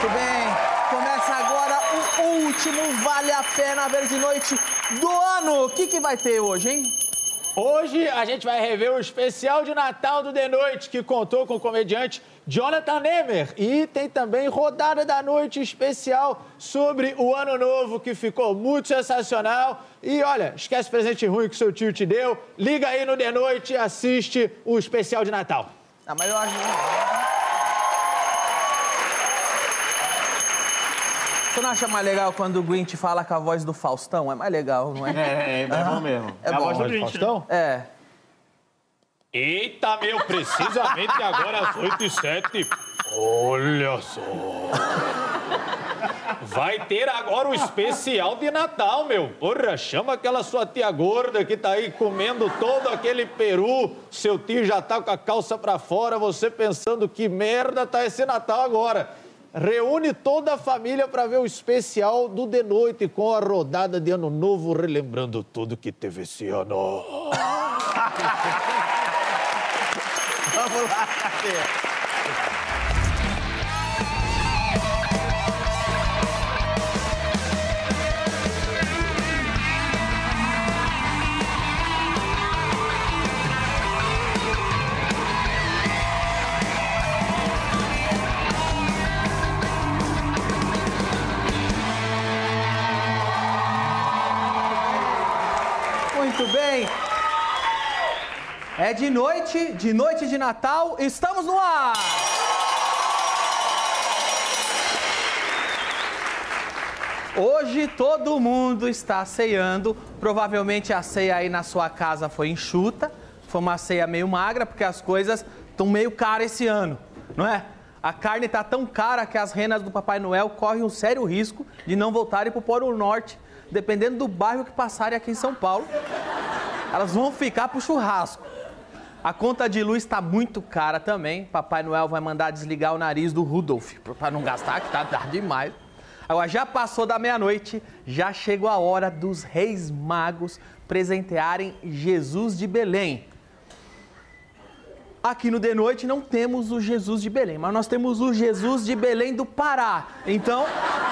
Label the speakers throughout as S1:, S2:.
S1: Muito bem, começa agora o último Vale a Pena Ver de Noite do ano. O que vai ter hoje, hein?
S2: Hoje a gente vai rever o especial de Natal do The Noite, que contou com o comediante Jonathan Nemer. E tem também Rodada da Noite especial sobre o Ano Novo, que ficou muito sensacional. E olha, esquece o presente ruim que seu tio te deu. Liga aí no The Noite e assiste o especial de Natal.
S1: Ah, mas eu acho... Você não acha mais legal quando o Grinch fala com a voz do Faustão? É mais legal, não é?
S2: É bom mesmo.
S1: É bom.
S2: A voz do Grinch, Faustão?
S1: É.
S3: Eita, meu, precisamente agora às 8h07. Olha só. Vai ter agora o especial de Natal, meu. Porra, chama aquela sua tia gorda que tá aí comendo todo aquele peru. Seu tio já tá com a calça pra fora, você pensando que merda tá esse Natal agora. Reúne toda a família para ver o especial do The Noite com a rodada de Ano Novo, relembrando tudo que teve esse ano.
S1: Vamos lá, cadê? Muito bem. É de noite de Natal, estamos no ar! Hoje todo mundo está ceando, provavelmente a ceia aí na sua casa foi enxuta, foi uma ceia meio magra, porque as coisas estão meio caras esse ano, não é? A carne está tão cara que as renas do Papai Noel correm um sério risco de não voltarem para o Polo Norte, dependendo do bairro que passarem aqui em São Paulo. Elas vão ficar pro churrasco. A conta de luz está muito cara também. Papai Noel vai mandar desligar o nariz do Rudolf, para não gastar, que tá demais. Agora, já passou da meia-noite, já chegou a hora dos Reis Magos presentearem Jesus de Belém. Aqui no The Noite não temos o Jesus de Belém, mas nós temos o Jesus de Belém do Pará. Então...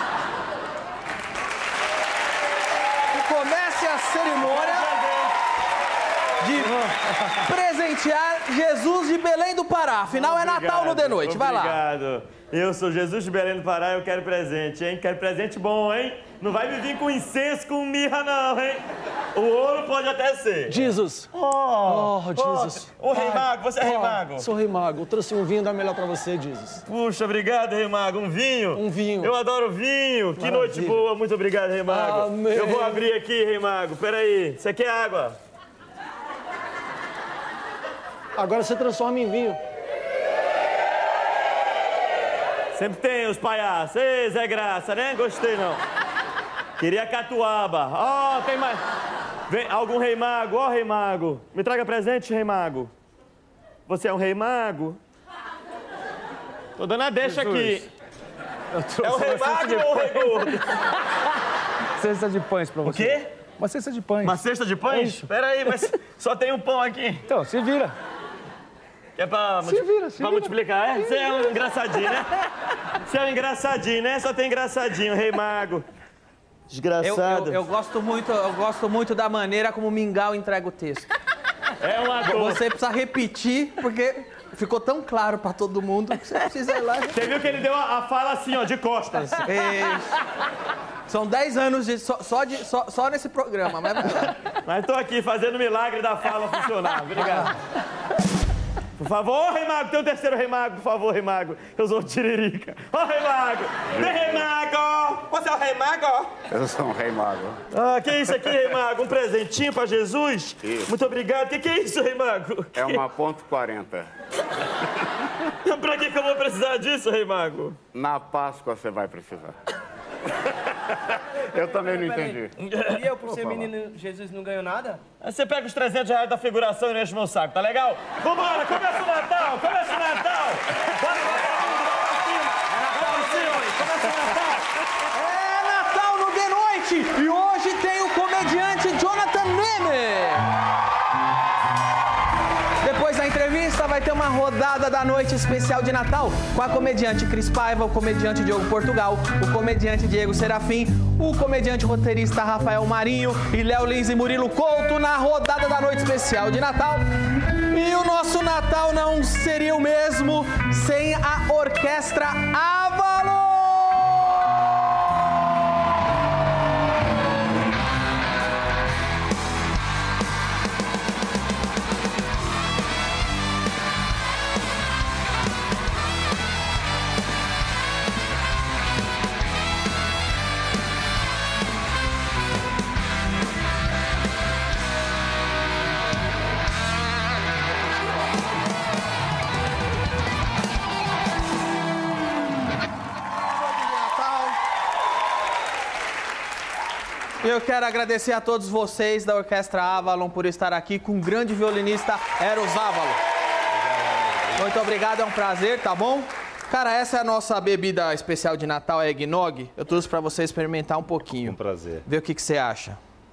S1: comece a cerimônia de presentear Jesus de Belém do Pará. Afinal,
S4: obrigado,
S1: é Natal no The Noite. Vai lá.
S4: Obrigado. Eu sou Jesus de Belém do Pará e eu quero presente, hein? Quero presente bom, hein? Não vai me vir com incenso, com mirra, não, hein? O ouro pode até ser.
S5: Jesus. Jesus.
S4: Ô, Rei Mago, você é Rei Mago?
S5: Sou Rei Mago. Eu trouxe um vinho da melhor pra você, Jesus.
S4: Puxa, obrigado, Rei Mago. Um vinho?
S5: Um vinho.
S4: Eu adoro vinho. Que noite boa. Muito obrigado, Rei Mago.
S5: Amém.
S4: Eu vou abrir aqui, Rei Mago. Peraí. Isso aqui é água.
S5: Agora você transforma em vinho.
S4: Sempre tem os palhaços. Ei, Zé Graça, né? Gostei, não. Queria catuaba. Ó, tem mais. Vem, algum Rei Mago? Ó, Rei Mago. Me traga presente, Rei Mago. Você é um Rei Mago? Tô dando a deixa aqui. É o Rei Mago ou o Rei Gordo?
S5: Cesta de pães pra você.
S4: O quê?
S5: Uma cesta de pães.
S4: Uma cesta de pães?
S5: Isso.
S4: Peraí, mas só tem um pão aqui.
S5: Então, se vira.
S4: É pra,
S5: vira.
S4: multiplicar, é? Você é um engraçadinho, né? Você é um engraçadinho, né? Só tem engraçadinho, Rei Mago. Desgraçado.
S1: Eu gosto muito da maneira como o Mingau entrega o texto.
S4: É um ator.
S1: Você precisa repetir, porque ficou tão claro pra todo mundo que você precisa ir lá.
S4: Você viu que ele deu a fala assim, ó, de costas.
S1: Isso. São 10 anos só nesse programa, mas vai lá.
S4: Mas tô aqui fazendo o milagre da fala funcionar. Obrigado. Por favor, Rei Mago, tem um terceiro Rei Mago, por favor, Rei Mago. Eu sou o Tiririca. Ó, Rei Mago! Vem, Rei Mago! Você é o Rei Mago?
S6: Eu sou um Rei Mago.
S4: Ah, que é isso aqui, Rei Mago? Um presentinho pra Jesus?
S6: Isso.
S4: Muito obrigado. Que é isso, Rei Mago?
S6: É uma ponto .40.
S4: Pra que eu vou precisar disso, Rei Mago?
S6: Na Páscoa você vai precisar. Eu também não entendi.
S7: E eu, por ser menino Jesus, não ganho nada?
S4: Você pega os R$300 da figuração e não enche meu saco, tá legal? Vambora, começa o Natal! Começa o Natal! Bora pra cima! Começa o Natal!
S1: É Natal no The Noite! E hoje tem o comediante Jonathan Nemer. Depois da entrevista vai vai ter uma rodada da noite especial de Natal com a comediante Cris Paiva, o comediante Diogo Portugal, o comediante Diego Serafim, o comediante roteirista Rafael Marinho e Léo Lins e Murilo Couto na rodada da noite especial de Natal. E o nosso Natal não seria o mesmo sem a Orquestra Avalon! Eu quero agradecer a todos vocês da Orquestra Avalon por estar aqui com o grande violinista Eros Avalon. Muito obrigado, é um prazer, tá bom? Cara, essa é a nossa bebida especial de Natal, é eggnog. Eu trouxe pra você experimentar um pouquinho.
S3: Um prazer.
S1: Ver o que você acha.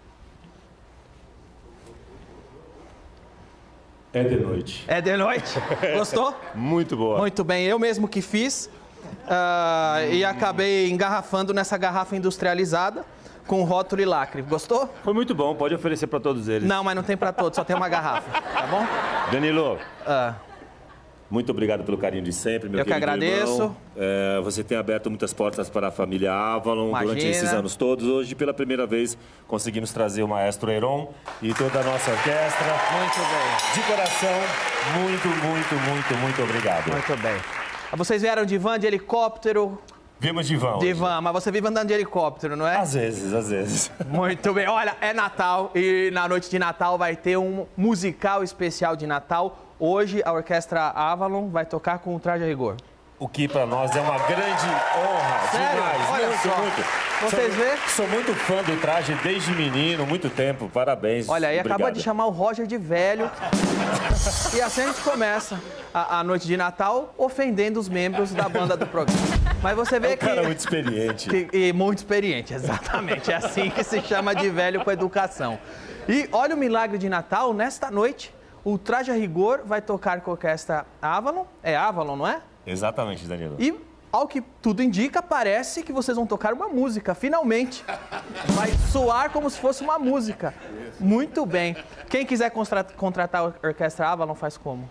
S3: É de noite.
S1: É de noite? Gostou?
S3: Muito boa.
S1: Muito bem, eu mesmo que fiz e acabei engarrafando nessa garrafa industrializada com rótulo e lacre. Gostou?
S3: Foi muito bom, pode oferecer para todos eles.
S1: Não, mas não tem para todos, só tem uma garrafa, tá bom?
S3: Danilo, muito obrigado pelo carinho de sempre, meu querido irmão.
S1: Eu que agradeço.
S3: Você tem aberto muitas portas para a família Avalon durante esses anos todos. Hoje, pela primeira vez, conseguimos trazer o maestro Heron e toda a nossa orquestra.
S1: Muito bem.
S3: De coração, muito obrigado.
S1: Muito bem. Vocês vieram de van, de helicóptero?
S3: Vimos de van.
S1: De van, mas você vive andando de helicóptero, não é?
S3: Às vezes.
S1: Muito bem. Olha, é Natal e na noite de Natal vai ter um musical especial de Natal. Hoje a Orquestra Avalon vai tocar com o Traje a Rigor.
S3: O que para nós é uma grande honra.
S1: Sério?
S3: Demais.
S1: Olha só. Vocês vê?
S3: Sou muito fã do Traje desde menino, muito tempo. Parabéns.
S1: Olha, aí
S3: obrigado.
S1: acaba de chamar o Roger de velho. E assim a gente começa a noite de Natal ofendendo os membros da banda do programa. Mas você vê que...
S3: cara muito experiente.
S1: E muito experiente, exatamente. É assim que se chama de velho com educação. E olha o milagre de Natal, nesta noite, o Traje a Rigor vai tocar com a Orquestra Avalon. É Avalon, não é?
S3: Exatamente, Danilo.
S1: E, ao que tudo indica, parece que vocês vão tocar uma música, finalmente. Vai soar como se fosse uma música. Muito bem. Quem quiser contratar a Orquestra Avalon, faz como?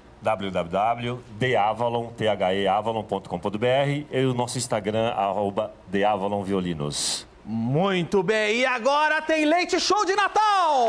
S3: www.theavalon.com.br e o nosso Instagram, @theavalonviolinos.
S1: Muito bem. E agora tem Leite Show de Natal!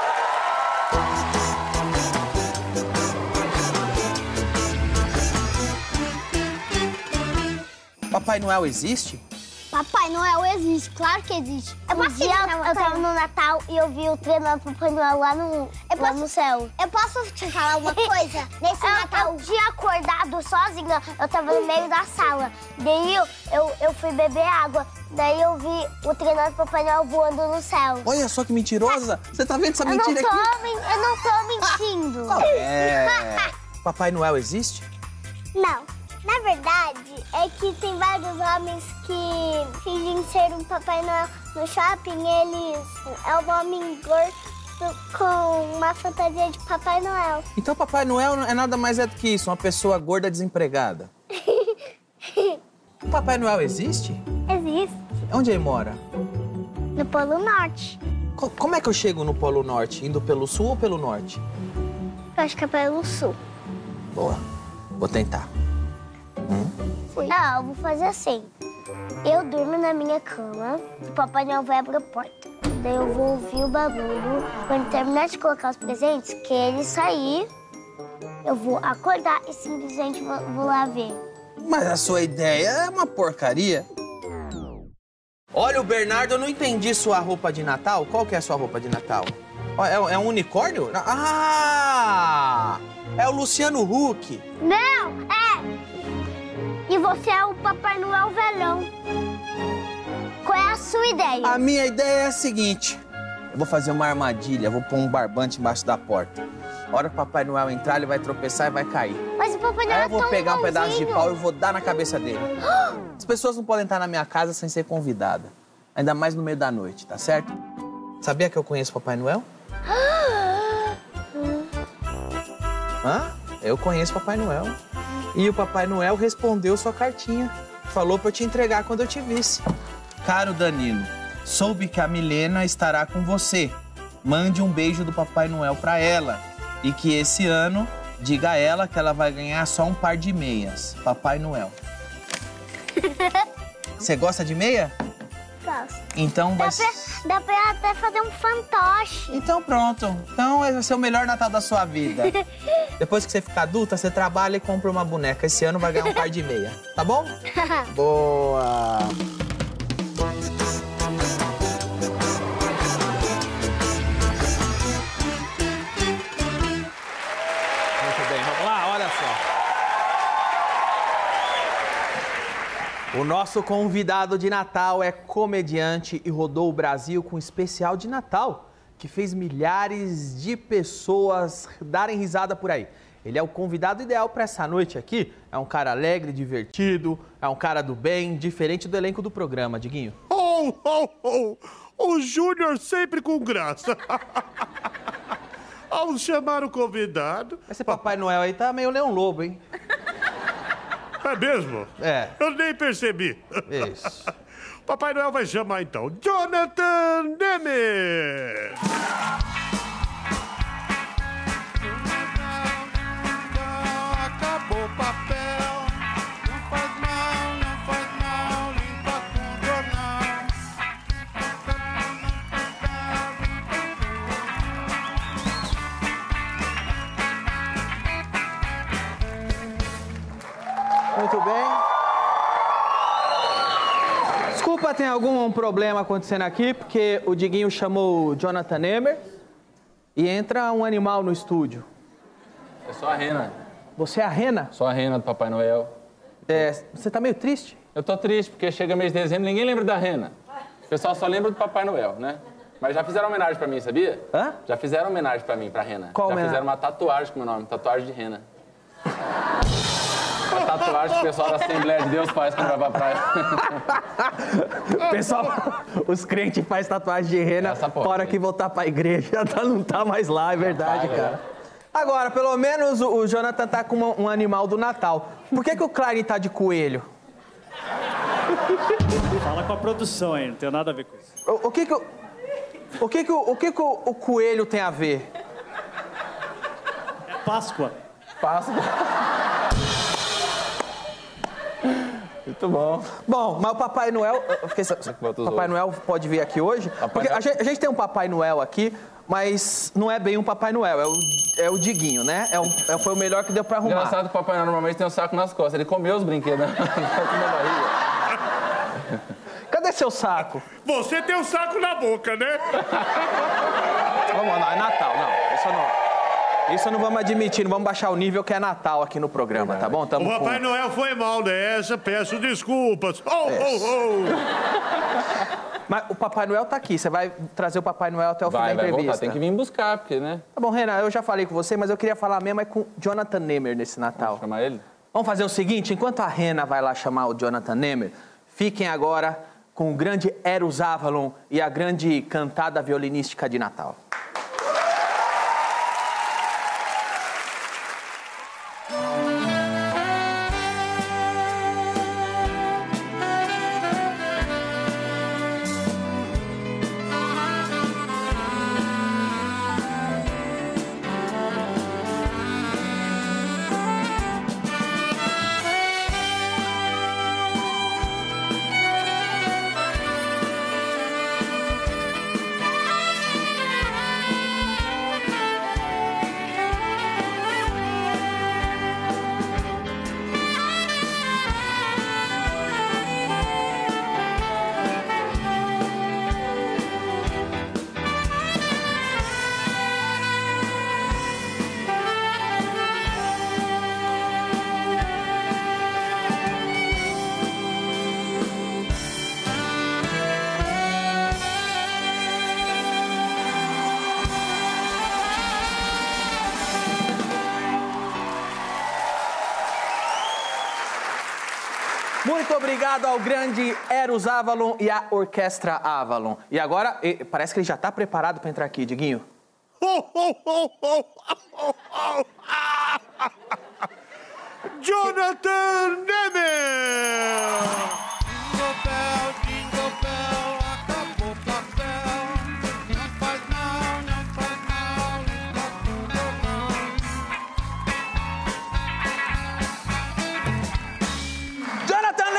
S1: Papai Noel existe?
S8: Papai Noel existe, claro que existe. Eu tava no Natal e eu vi o treinando pro Papai Noel lá no céu. Eu posso te falar uma coisa? Nesse Natal, eu tinha acordado sozinha, eu tava no meio da sala. Daí eu fui beber água. Daí eu vi o treinando pro Papai Noel voando no céu.
S1: Olha só que mentirosa! Você tá vendo essa mentira aqui?
S8: Eu não tô mentindo.
S1: Papai Noel existe?
S8: Não. Na verdade, é que tem vários homens que fingem ser um Papai Noel no shopping. Eles é um homem gordo com uma fantasia de Papai Noel.
S1: Então Papai Noel é nada mais do que isso, uma pessoa gorda desempregada. O Papai Noel existe?
S8: Existe.
S1: Onde ele mora?
S8: No Polo Norte.
S1: Como é que eu chego no Polo Norte? Indo pelo sul ou pelo norte?
S8: Eu acho que é pelo sul.
S1: Boa. Vou tentar.
S8: Não, eu vou fazer assim. Eu durmo na minha cama, o Papai Noel vai abrir a porta. Daí eu vou ouvir o barulho. Quando terminar de colocar os presentes, que ele sair, eu vou acordar e simplesmente vou lá ver.
S1: Mas a sua ideia é uma porcaria. Olha, o Bernardo, eu não entendi sua roupa de Natal. Qual que é a sua roupa de Natal? É um unicórnio? Ah! É o Luciano Huck.
S8: Não, é! E você é o Papai Noel velhão. Qual é a sua ideia?
S1: A minha ideia é a seguinte. Eu vou fazer uma armadilha, vou pôr um barbante embaixo da porta. A hora que o Papai Noel entrar, ele vai tropeçar e vai cair.
S8: Mas o Papai Noel
S1: Aí eu vou pegar um pedaço de pau e vou dar na cabeça dele. As pessoas não podem estar na minha casa sem ser convidada. Ainda mais no meio da noite, tá certo? Sabia que eu conheço o Papai Noel? Hã? Eu conheço Papai Noel. E o Papai Noel respondeu sua cartinha. Falou pra eu te entregar quando eu te visse. Caro Danilo, soube que a Milena estará com você. Mande um beijo do Papai Noel pra ela. E que esse ano, diga a ela que ela vai ganhar só um par de meias. Papai Noel. Você gosta de meia?
S8: Gosto.
S1: Então vai...
S8: Dá pra até fazer um fantoche.
S1: Então pronto. Então vai ser o melhor Natal da sua vida. Depois que você ficar adulta, você trabalha e compra uma boneca. Esse ano vai ganhar um par de meia. Tá bom? Boa! Muito bem, vamos lá, olha só. O nosso convidado de Natal é comediante e rodou o Brasil com um especial de Natal, que fez milhares de pessoas darem risada por aí. Ele é o convidado ideal para essa noite aqui. É um cara alegre, divertido, é um cara do bem, diferente do elenco do programa, Diguinho.
S9: Oh, oh, oh! O Júnior sempre com graça. Ao chamar o convidado...
S1: Esse Papai Noel aí tá meio Leão Lobo, hein?
S9: É mesmo?
S1: É.
S9: Eu nem percebi.
S1: Isso.
S9: Papai Noel vai chamar, então, Jonathan Neme! Acabou o papel. Não faz mal, limpa com jornal.
S1: Muito bem. Desculpa, tem algum problema acontecendo aqui, porque o Diguinho chamou o Jonathan Neme e entra um animal no estúdio.
S10: É só a rena.
S1: Você é a rena?
S10: Só a rena do Papai Noel.
S1: É, você tá meio triste?
S10: Eu tô triste, porque chega mês de dezembro e ninguém lembra da rena. O pessoal só lembra do Papai Noel, né? Mas já fizeram homenagem pra mim, sabia?
S1: Hã?
S10: Já fizeram homenagem pra mim, pra rena.
S1: Qual
S10: já
S1: homenagem?
S10: fizeram uma tatuagem com o meu nome, tatuagem de rena. Uma tatuagem que o pessoal da Assembleia de Deus faz quando vai pra praia.
S1: Pessoal, os crentes fazem tatuagem de rena na hora que voltar pra igreja. Não tá mais lá, é verdade, cara. Agora, pelo menos o Jonathan tá com um animal do Natal. Por que o Clarin tá de coelho?
S5: Fala com a produção aí, não tem nada a ver com isso.
S1: O que o coelho tem a ver?
S5: É Páscoa.
S10: Páscoa. Muito bom.
S1: Bom, mas o Papai Noel... Papai Noel pode vir aqui hoje? Porque a gente tem um Papai Noel aqui, mas não é bem um Papai Noel, é o Diguinho, né? Foi o melhor que deu pra arrumar.
S10: Engraçado que o Papai Noel normalmente tem um saco nas costas. Ele comeu os brinquedos, né? Na barriga.
S1: Cadê seu saco?
S9: Você tem um saco na boca, né?
S1: Vamos lá, é Natal, não. Isso não vamos admitir, não vamos baixar o nível que é Natal aqui no programa, tá bom?
S9: O Papai Noel foi mal nessa, peço desculpas.
S1: Mas o Papai Noel tá aqui, você vai trazer o Papai Noel até o fim da entrevista.
S10: Vai voltar, tem que vir buscar, porque, né?
S1: Tá bom, Renan, eu já falei com você, mas eu queria falar mesmo com Jonathan Neme nesse Natal.
S10: Vamos chamar ele?
S1: Vamos fazer o seguinte, enquanto a Rena vai lá chamar o Jonathan Neme, fiquem agora com o grande Eros Avalon e a grande cantada violinística de Natal. Muito obrigado ao grande Eros Avalon e à Orquestra Avalon. E agora, parece que ele já tá preparado para entrar aqui, Diguinho.
S9: Jonathan Nemer! Jingle bell, acabou o papel. Não faz mal, limpa tudo não.
S1: Jonathan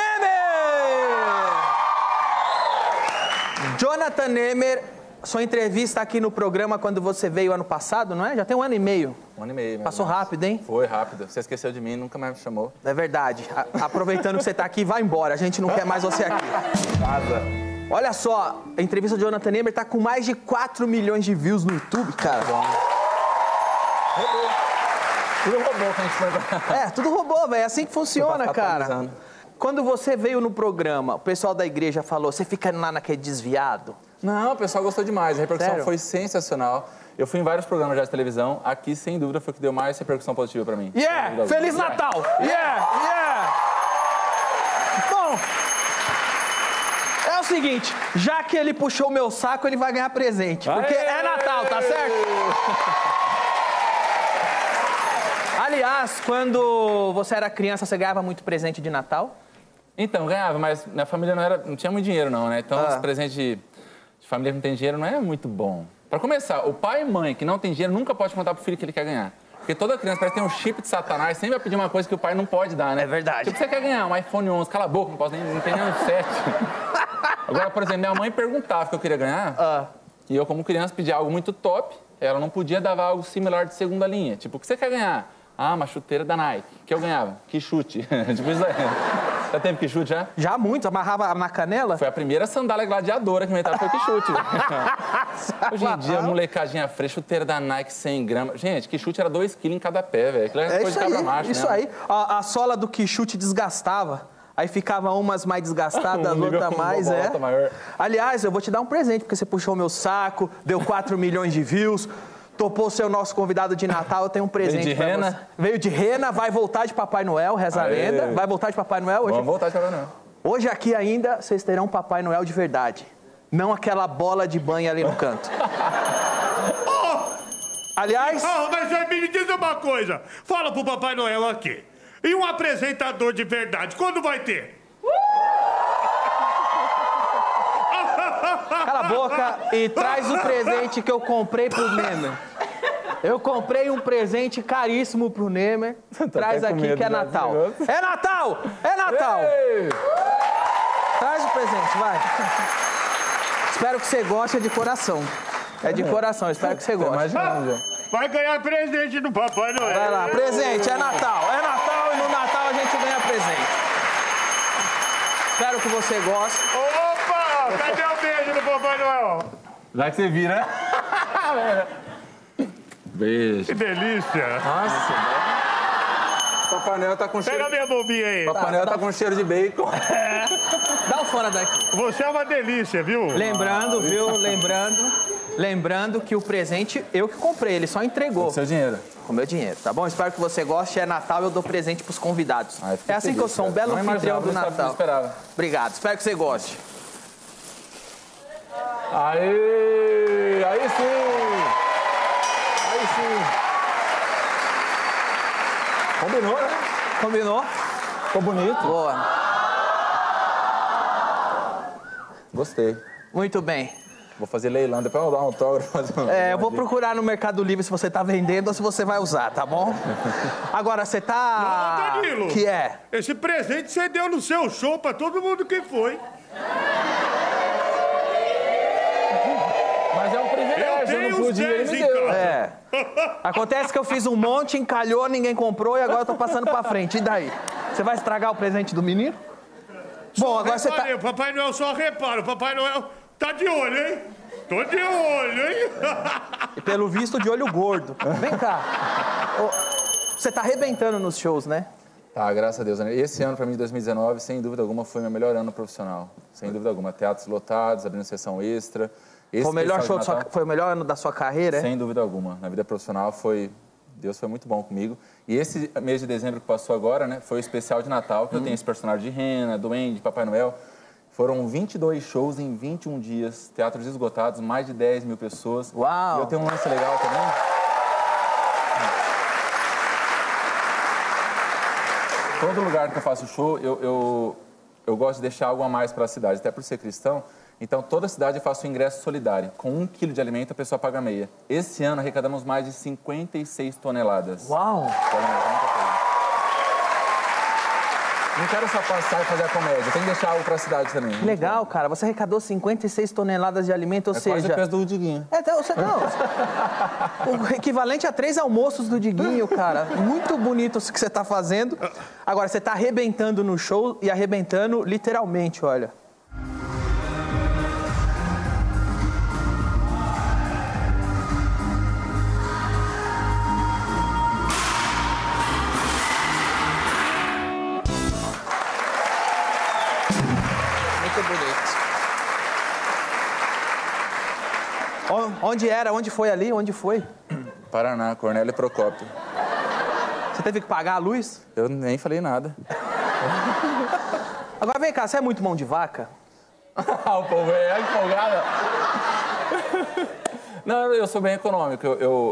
S1: Nemer! Jonathan Nemer, sua entrevista aqui no programa quando você veio ano passado, não é? Já tem 1 ano e meio.
S10: 1 ano e meio.
S1: Passou rápido, hein?
S10: Foi rápido. Você esqueceu de mim, nunca mais me chamou.
S1: É verdade. Aproveitando que você tá aqui, vai embora. A gente não quer mais você aqui.
S10: Nada.
S1: Olha só, a entrevista do Jonathan Nemer tá com mais de 4 milhões de views no YouTube, cara.
S10: Tudo robô que a gente foi pra...
S1: É, tudo robô, velho. É assim que funciona, cara. Quando você veio no programa, o pessoal da igreja falou, você fica lá naquele desviado?
S10: Não, o pessoal gostou demais. A repercussão
S1: Sério?
S10: foi sensacional. Eu fui em vários programas já de televisão. Aqui, sem dúvida, foi o que deu mais repercussão positiva pra mim.
S1: Yeah! Feliz Natal! Yeah! Bom, é o seguinte, já que ele puxou o meu saco, ele vai ganhar presente. Porque é Natal, tá certo? Aliás, quando você era criança, você ganhava muito presente de Natal?
S10: Então, ganhava, mas minha família não tinha muito dinheiro, não, né? Então, esse presente de família que não tem dinheiro não é muito bom. Pra começar, o pai e mãe que não tem dinheiro nunca pode contar pro filho que ele quer ganhar. Porque toda criança parece que tem um chip de Satanás, sempre vai pedir uma coisa que o pai não pode dar, né?
S1: É verdade.
S10: Tipo, você quer ganhar um iPhone 11, cala a boca, não tem nem um 7. Agora, por exemplo, minha mãe perguntava o que eu queria ganhar, e eu, como criança, pedia algo muito top, ela não podia dar algo similar de segunda linha. Tipo, o que você quer ganhar? Ah, uma chuteira da Nike. Que eu ganhava? Que chute. Tipo isso aí. Já teve que chute já?
S1: Já muito, amarrava na canela?
S10: Foi a primeira sandália gladiadora que inventaram, foi que chute. Hoje em dia, molecadinha fresca, chuteira da Nike 100 gramas. Gente, que chute era 2 quilos em cada pé, velho. Aquilo era coisa de cabra macho,
S1: isso
S10: né?
S1: aí. A sola do que chute desgastava. Aí ficava umas mais desgastadas, outras mais,
S10: maior.
S1: Aliás, eu vou te dar um presente, porque você puxou meu saco, deu 4 milhões de views, topou ser o nosso convidado de Natal, eu tenho um presente pra você. Veio de rena, vai voltar de Papai Noel, reza a lenda. Vai voltar de Papai Noel hoje?
S10: Vamos voltar de Papai Noel.
S1: Hoje aqui ainda, vocês terão um Papai Noel de verdade. Não aquela bola de banho ali no canto. Aliás...
S9: mas me diz uma coisa. Fala pro Papai Noel aqui. E um apresentador de verdade, quando vai ter?
S1: Cala a boca e traz o presente que eu comprei pro Nemer. Eu comprei um presente caríssimo pro Nemer. Traz aqui que é Natal. É Natal! É Natal! Traz o presente, vai. Espero que você goste, é de coração. É de coração, espero que você goste.
S9: Vai ganhar presente do Papai Noel.
S1: Vai lá, presente, é Natal. É Natal e no Natal a gente ganha presente. Espero que você goste.
S9: Opa! Cadê o beijo do Papai Noel?
S10: Já que você vira. Beijo.
S9: Que delícia.
S10: Nossa. Papai Noel tá com cheiro...
S9: Pega minha bombinha aí.
S10: Papai Noel tá com cheiro de bacon.
S1: Dá o fora daqui.
S9: Você é uma delícia, viu?
S1: Lembrando, viu? Lembrando que o presente eu que comprei, ele só entregou.
S10: Com seu dinheiro.
S1: Com meu dinheiro, tá bom? Espero que você goste. É Natal, eu dou presente pros convidados. É assim que eu sou, um belo anfitrião do Natal. Obrigado, espero que você goste.
S10: Aê! Aí sim! Aí sim! Combinou, né?
S1: Combinou?
S10: Ficou bonito.
S1: Boa.
S10: Gostei.
S1: Muito bem.
S10: Vou fazer leilão, depois eu vou dar um autógrafo.
S1: Eu vou procurar no Mercado Livre se você tá vendendo ou se você vai usar, tá bom? Agora, você tá...
S9: Não, Danilo.
S1: Que é?
S9: Esse presente você deu no seu show pra todo mundo que foi.
S10: Mas é um privilégio, eu não podia, ele me deu.
S1: É. Acontece que eu fiz um monte, encalhou, ninguém comprou e agora eu tô passando pra frente. E daí? Você vai estragar o presente do menino? Bom, agora você tá...
S9: O Papai Noel só repara, o Papai Noel tá de olho, hein? Tô de olho, hein?
S1: E pelo visto, de olho gordo. Vem cá. Você tá arrebentando nos shows, né?
S10: Tá, graças a Deus. Esse ano, pra mim, de 2019, sem dúvida alguma, foi meu melhor ano profissional. Sem dúvida alguma. Teatros lotados, abrindo sessão extra.
S1: Foi o melhor show foi o melhor ano da sua carreira, é?
S10: Sem dúvida alguma. Na vida profissional, Deus foi muito bom comigo. E esse mês de dezembro que passou agora, né, foi o especial de Natal, que eu tenho esse personagem de Rena, Duende, Papai Noel. Foram 22 shows em 21 dias, teatros esgotados, mais de 10 mil pessoas.
S1: Uau!
S10: E eu tenho um lance legal também. todo lugar que eu faço show, eu gosto de deixar algo a mais para a cidade, até por ser cristão. Então, toda a cidade eu faço um ingresso solidário. Com 1 quilo de alimento, a pessoa paga meia. Esse ano, arrecadamos mais de 56 toneladas.
S1: Uau!
S10: Não quero só passar e fazer a comédia, tem que deixar algo pra cidade também.
S1: Legal, cara. Você arrecadou 56 toneladas de alimento, ou seja...
S10: quase o peso do Diguinho.
S1: Não. O equivalente a 3 almoços do Diguinho, cara. Muito bonito isso que você tá fazendo. Agora, você tá arrebentando no show e arrebentando literalmente, olha. Onde era? Onde foi ali? Onde foi?
S10: Paraná, Cornélio Procópio.
S1: Você teve que pagar a luz?
S10: Eu nem falei nada.
S1: Agora vem cá, você é muito mão de vaca?
S10: O povo é empolgado. Não, eu sou bem econômico.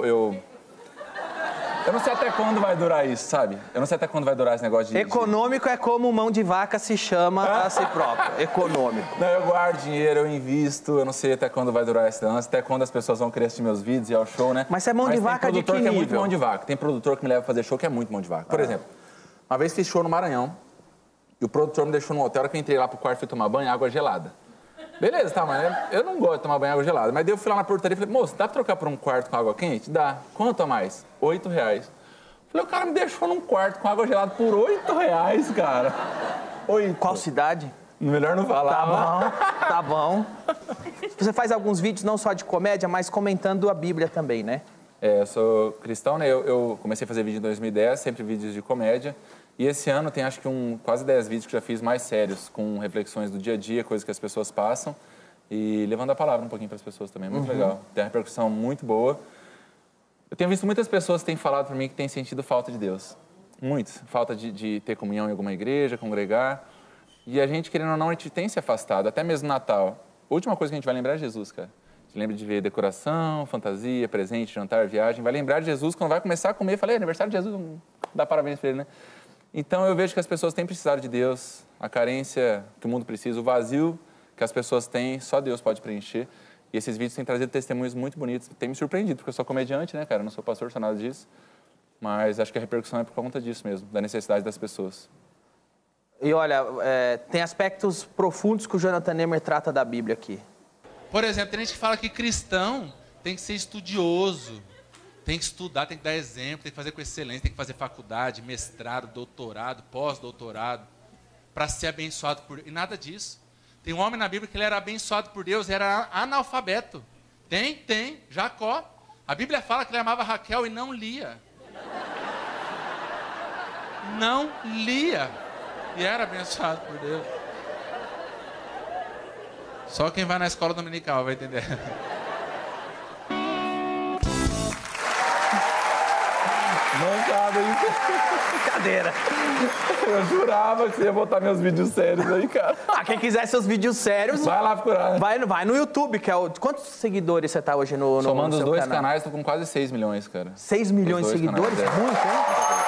S10: Eu não sei até quando vai durar isso, sabe? Eu não sei até quando vai durar esse negócio de...
S1: Econômico é como mão de vaca se chama a si próprio. Econômico.
S10: Não, eu guardo dinheiro, eu invisto, eu não sei até quando vai durar esse lance, até quando as pessoas vão querer assistir meus vídeos e ao show, né?
S1: Mas você é mão de vaca de que nível?
S10: Tem produtor que é muito mão de vaca. Tem produtor que me leva a fazer show que é muito mão de vaca. Por exemplo, uma vez fiz show no Maranhão e o produtor me deixou no hotel, a hora que eu entrei lá pro quarto e fui tomar banho, água gelada. Beleza, tá, mas eu não gosto de tomar banho água gelada. Mas daí eu fui lá na portaria e falei, moço, dá pra trocar por um quarto com água quente? Dá. Quanto a mais? R$8. Falei, o cara me deixou num quarto com água gelada por R$8, cara. 8.
S1: Qual cidade?
S10: Melhor não falar.
S1: Tá bom. Você faz alguns vídeos não só de comédia, mas comentando a Bíblia também, né?
S10: É, eu sou cristão, né? Eu comecei a fazer vídeo em 2010, sempre vídeos de comédia. E esse ano tem acho que quase 10 vídeos que já fiz mais sérios, com reflexões do dia a dia, coisas que as pessoas passam. E levando a palavra um pouquinho para as pessoas também. Muito legal. Tem uma repercussão muito boa. Eu tenho visto muitas pessoas que têm falado para mim que têm sentido falta de Deus. Muitos. Falta de ter comunhão em alguma igreja, congregar. E a gente, querendo ou não, a gente tem se afastado. Até mesmo no Natal. A última coisa que a gente vai lembrar é Jesus, cara. A gente lembra de ver decoração, fantasia, presente, jantar, viagem. Vai lembrar de Jesus quando vai começar a comer. Falei, aniversário de Jesus, dá parabéns para ele, né? Então eu vejo que as pessoas têm precisado de Deus. A carência que o mundo precisa, o vazio que as pessoas têm, só Deus pode preencher. E esses vídeos têm trazido testemunhos muito bonitos. Tem me surpreendido, porque eu sou comediante, né, cara? Eu não sou pastor, sou nada disso. Mas acho que a repercussão é por conta disso mesmo, da necessidade das pessoas.
S1: E olha, tem aspectos profundos que o Jonathan Nehmer trata da Bíblia aqui.
S11: Por exemplo, tem gente que fala que cristão tem que ser estudioso, tem que estudar, tem que dar exemplo, tem que fazer com excelência, tem que fazer faculdade, mestrado, doutorado, pós-doutorado, para ser abençoado por Deus. E nada disso. Tem um homem na Bíblia que ele era abençoado por Deus, era analfabeto. Tem, Jacó. A Bíblia fala que ele amava Raquel e não lia. Não lia. E era abençoado por Deus. Só quem vai na escola dominical vai entender.
S10: Não cabe isso.
S1: Brincadeira.
S10: Eu jurava que você ia botar meus vídeos sérios aí, cara.
S1: Quem quiser seus vídeos sérios...
S10: Vai lá procurar, né?
S1: Vai no YouTube, que é o... Quantos seguidores você tá hoje no
S10: Somando
S1: seu
S10: os dois
S1: canal?
S10: canais, tô com quase 6 milhões, cara.
S1: 6 milhões de seguidores?
S10: Canais,
S1: Muito, hein?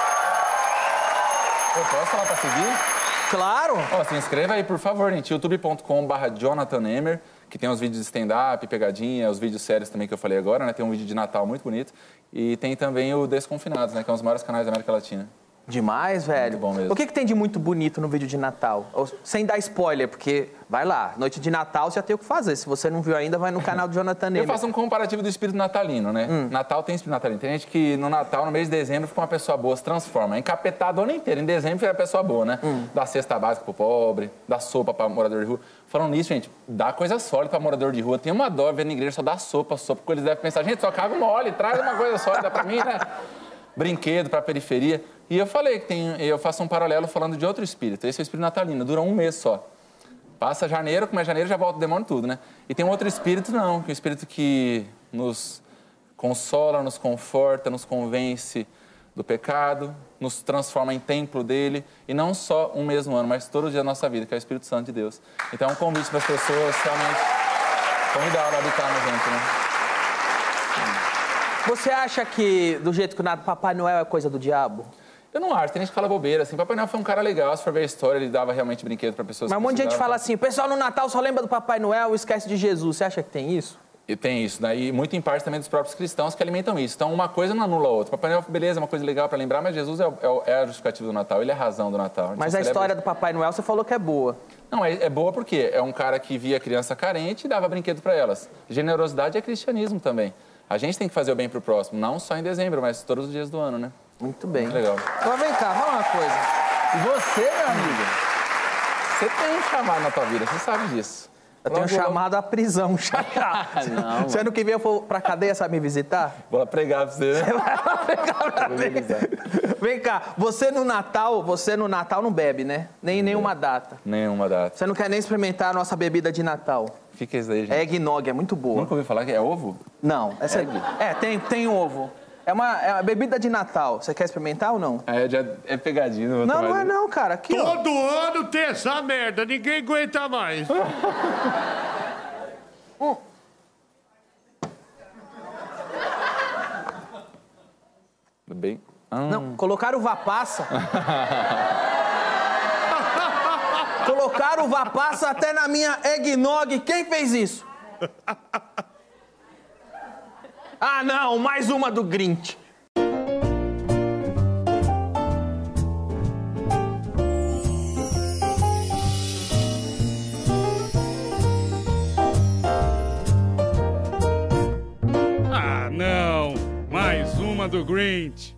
S10: Eu posso falar pra seguir?
S1: Claro!
S10: Ó, se inscreva aí, por favor, gente. youtube.com/Jonathan Nehmer, que tem os vídeos de stand-up, pegadinha, os vídeos sérios também que eu falei agora, né? Tem um vídeo de Natal muito bonito. E tem também o Desconfinados, né? Que é um dos maiores canais da América Latina.
S1: Demais, velho.
S10: Muito bom mesmo.
S1: O que tem de muito bonito no vídeo de Natal? Sem dar spoiler, porque, vai lá, noite de Natal você já tem o que fazer. Se você não viu ainda, vai no canal do Jonathan Nehmer.
S10: Eu faço um comparativo do espírito natalino, né? Natal tem espírito natalino. Tem gente que no Natal, no mês de dezembro, fica uma pessoa boa, se transforma. É encapetado o ano inteiro. Em dezembro fica a pessoa boa, né? Dá cesta básica pro pobre, dá sopa pra morador de rua. Falando nisso, gente, dá coisa sólida pra morador de rua. Tem uma dó vendo na igreja só dá sopa, porque eles devem pensar, gente, só caga mole, traz uma coisa sólida pra mim, né? Brinquedo pra periferia. E eu falei que eu faço um paralelo falando de outro espírito. Esse é o espírito natalino, dura um mês só. Passa janeiro, começa janeiro, já volta o demônio tudo, né? E tem um outro espírito, não, que é o espírito que nos consola, nos conforta, nos convence do pecado, nos transforma em templo dele, e não só um mês no ano, mas todo dia da nossa vida, que é o Espírito Santo de Deus. Então é um convite para as pessoas realmente convidar a habitar no gente, né?
S1: Você acha que, do jeito que o Papai Noel é coisa do diabo?
S10: Eu não acho, tem gente que fala bobeira, assim. Papai Noel foi um cara legal, se for ver a história, ele dava realmente brinquedo pra pessoas.
S1: Mas um monte de gente fala assim, o pessoal no Natal só lembra do Papai Noel e esquece de Jesus. Você acha que tem isso?
S10: E tem isso, né? E muito em parte também dos próprios cristãos que alimentam isso. Então, uma coisa não anula a outra. Papai Noel, beleza, é uma coisa legal pra lembrar, mas Jesus é a justificativa do Natal, ele é a razão do Natal.
S1: Mas a história do Papai Noel, você falou que é boa.
S10: Não, é boa porque é um cara que via criança carente e dava brinquedo pra elas. Generosidade é cristianismo também. A gente tem que fazer o bem pro próximo, não só em dezembro, mas todos os dias do ano, né?
S1: Muito bem.
S10: Muito legal.
S1: Agora vem cá, fala uma coisa.
S10: E você, meu amigo, você tem um chamado na tua vida, você sabe disso.
S1: Eu tenho um chamado à prisão,
S10: Não,
S1: se ano que vem eu for pra cadeia, sabe me visitar?
S10: Vou lá pregar pra você, né?
S1: Você vai lá pregar pra mim. Vem cá, você no Natal não bebe, né? Nenhuma data.
S10: Nenhuma data.
S1: Você não quer nem experimentar a nossa bebida de Natal?
S10: O que é isso aí, gente?
S1: É eggnog, é muito boa.
S10: Nunca ouvi falar que é ovo?
S1: Não, essa tem ovo. É uma bebida de Natal. Você quer experimentar ou não?
S10: É pegadinho.
S1: Não é não, cara. Aqui,
S9: Todo ano tem essa merda, ninguém aguenta mais.
S10: Bem...
S1: Não, colocaram uva passa. Colocaram uva passa até na minha eggnog. Quem fez isso? Ah, não, mais uma do Grinch.
S9: Ah, não, mais uma do Grinch.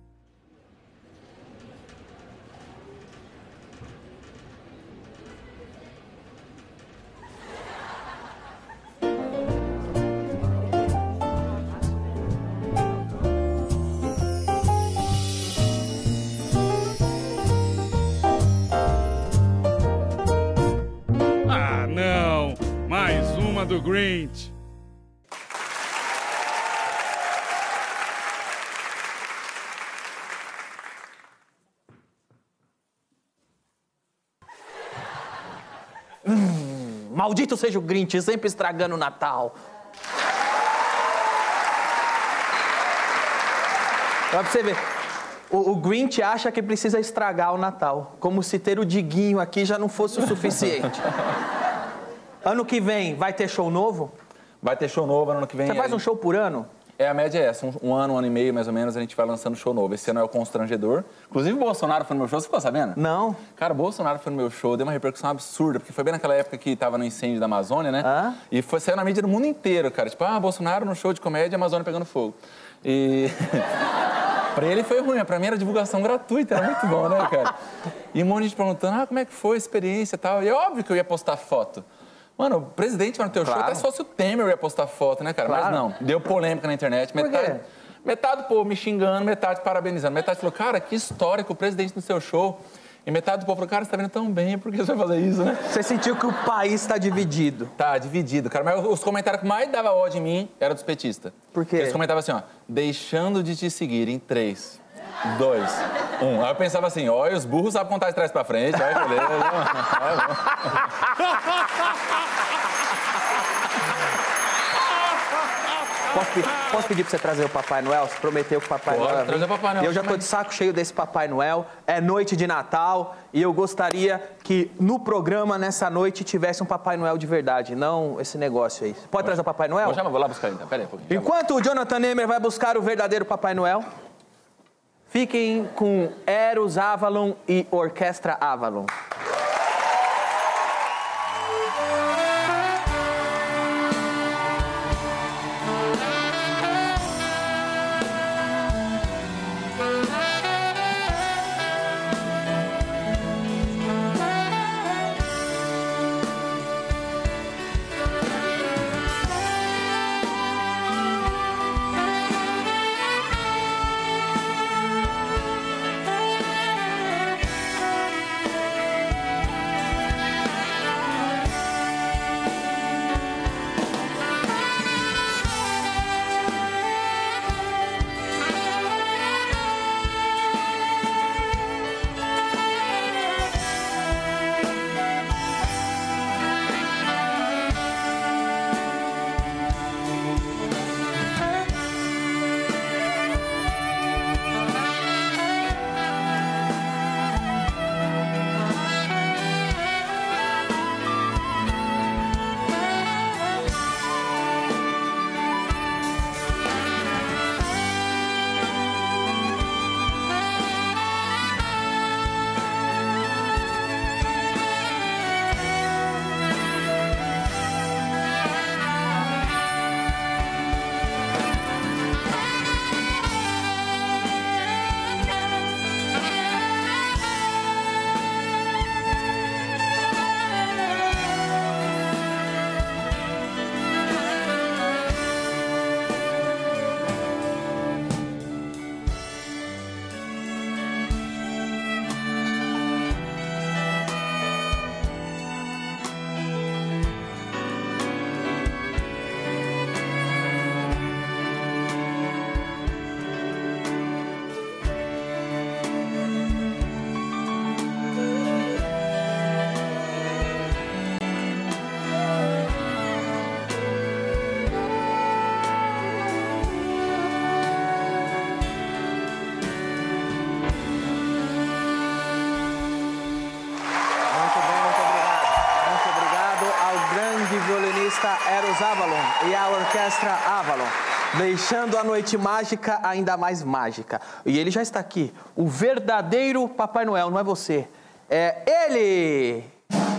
S9: Ah, não, mais uma do Grinch.
S1: Maldito seja o Grinch, sempre estragando o Natal. Olha pra você ver. O Grinch acha que precisa estragar o Natal. Como se ter o Diguinho aqui já não fosse o suficiente. Ano que vem, vai ter show novo?
S10: Vai ter show novo ano que vem.
S1: Você faz um show por ano?
S10: A média é essa. Um ano e meio, mais ou menos, a gente vai lançando show novo. Esse ano é o Constrangedor. Inclusive, o Bolsonaro foi no meu show. Você ficou sabendo?
S1: Não.
S10: Cara, o Bolsonaro foi no meu show. Deu uma repercussão absurda. Porque foi bem naquela época que tava no incêndio da Amazônia, né? E saiu na mídia do mundo inteiro, cara. Tipo, Bolsonaro no show de comédia, Amazônia pegando fogo. E... Pra ele foi ruim, pra mim era divulgação gratuita, era muito bom, né, cara? E um monte de gente perguntando, como é que foi a experiência e tal. E é óbvio que eu ia postar foto. Mano, o presidente vai no teu show, até se fosse o Temer eu ia postar foto, né, cara? Mas não, deu polêmica na internet. Metade do povo me xingando, metade parabenizando. Metade falou, cara, que histórico, o presidente no seu show. E metade do povo falou, cara, você tá vendo tão bem, por que você vai fazer isso, né?
S1: Você sentiu que o país tá dividido?
S10: Tá, dividido, cara. Mas os comentários que mais dava ódio em mim eram dos petistas.
S1: Por quê?
S10: Eles comentavam assim, deixando de te seguir em 3, 2, 1. Aí eu pensava assim, olha, os burros sabem contar de trás pra frente, olha que beleza.
S1: Posso pedir pra você trazer o Papai Noel? Você prometeu que o Papai Noel ia vir.
S10: Trazer o Papai Noel.
S1: E eu já tô de saco cheio desse Papai Noel. É noite de Natal e eu gostaria que no programa, nessa noite, tivesse um Papai Noel de verdade, não esse negócio aí. Pode trazer o Papai Noel?
S10: Vou lá buscar então, pera aí um pouquinho.
S1: Enquanto o Jonathan Nemer vai buscar o verdadeiro Papai Noel, fiquem com Eros Avalon e Orquestra Avalon. Avalon e a Orquestra Avalon, deixando a noite mágica ainda mais mágica. E ele já está aqui, o verdadeiro Papai Noel, não é você, é ele!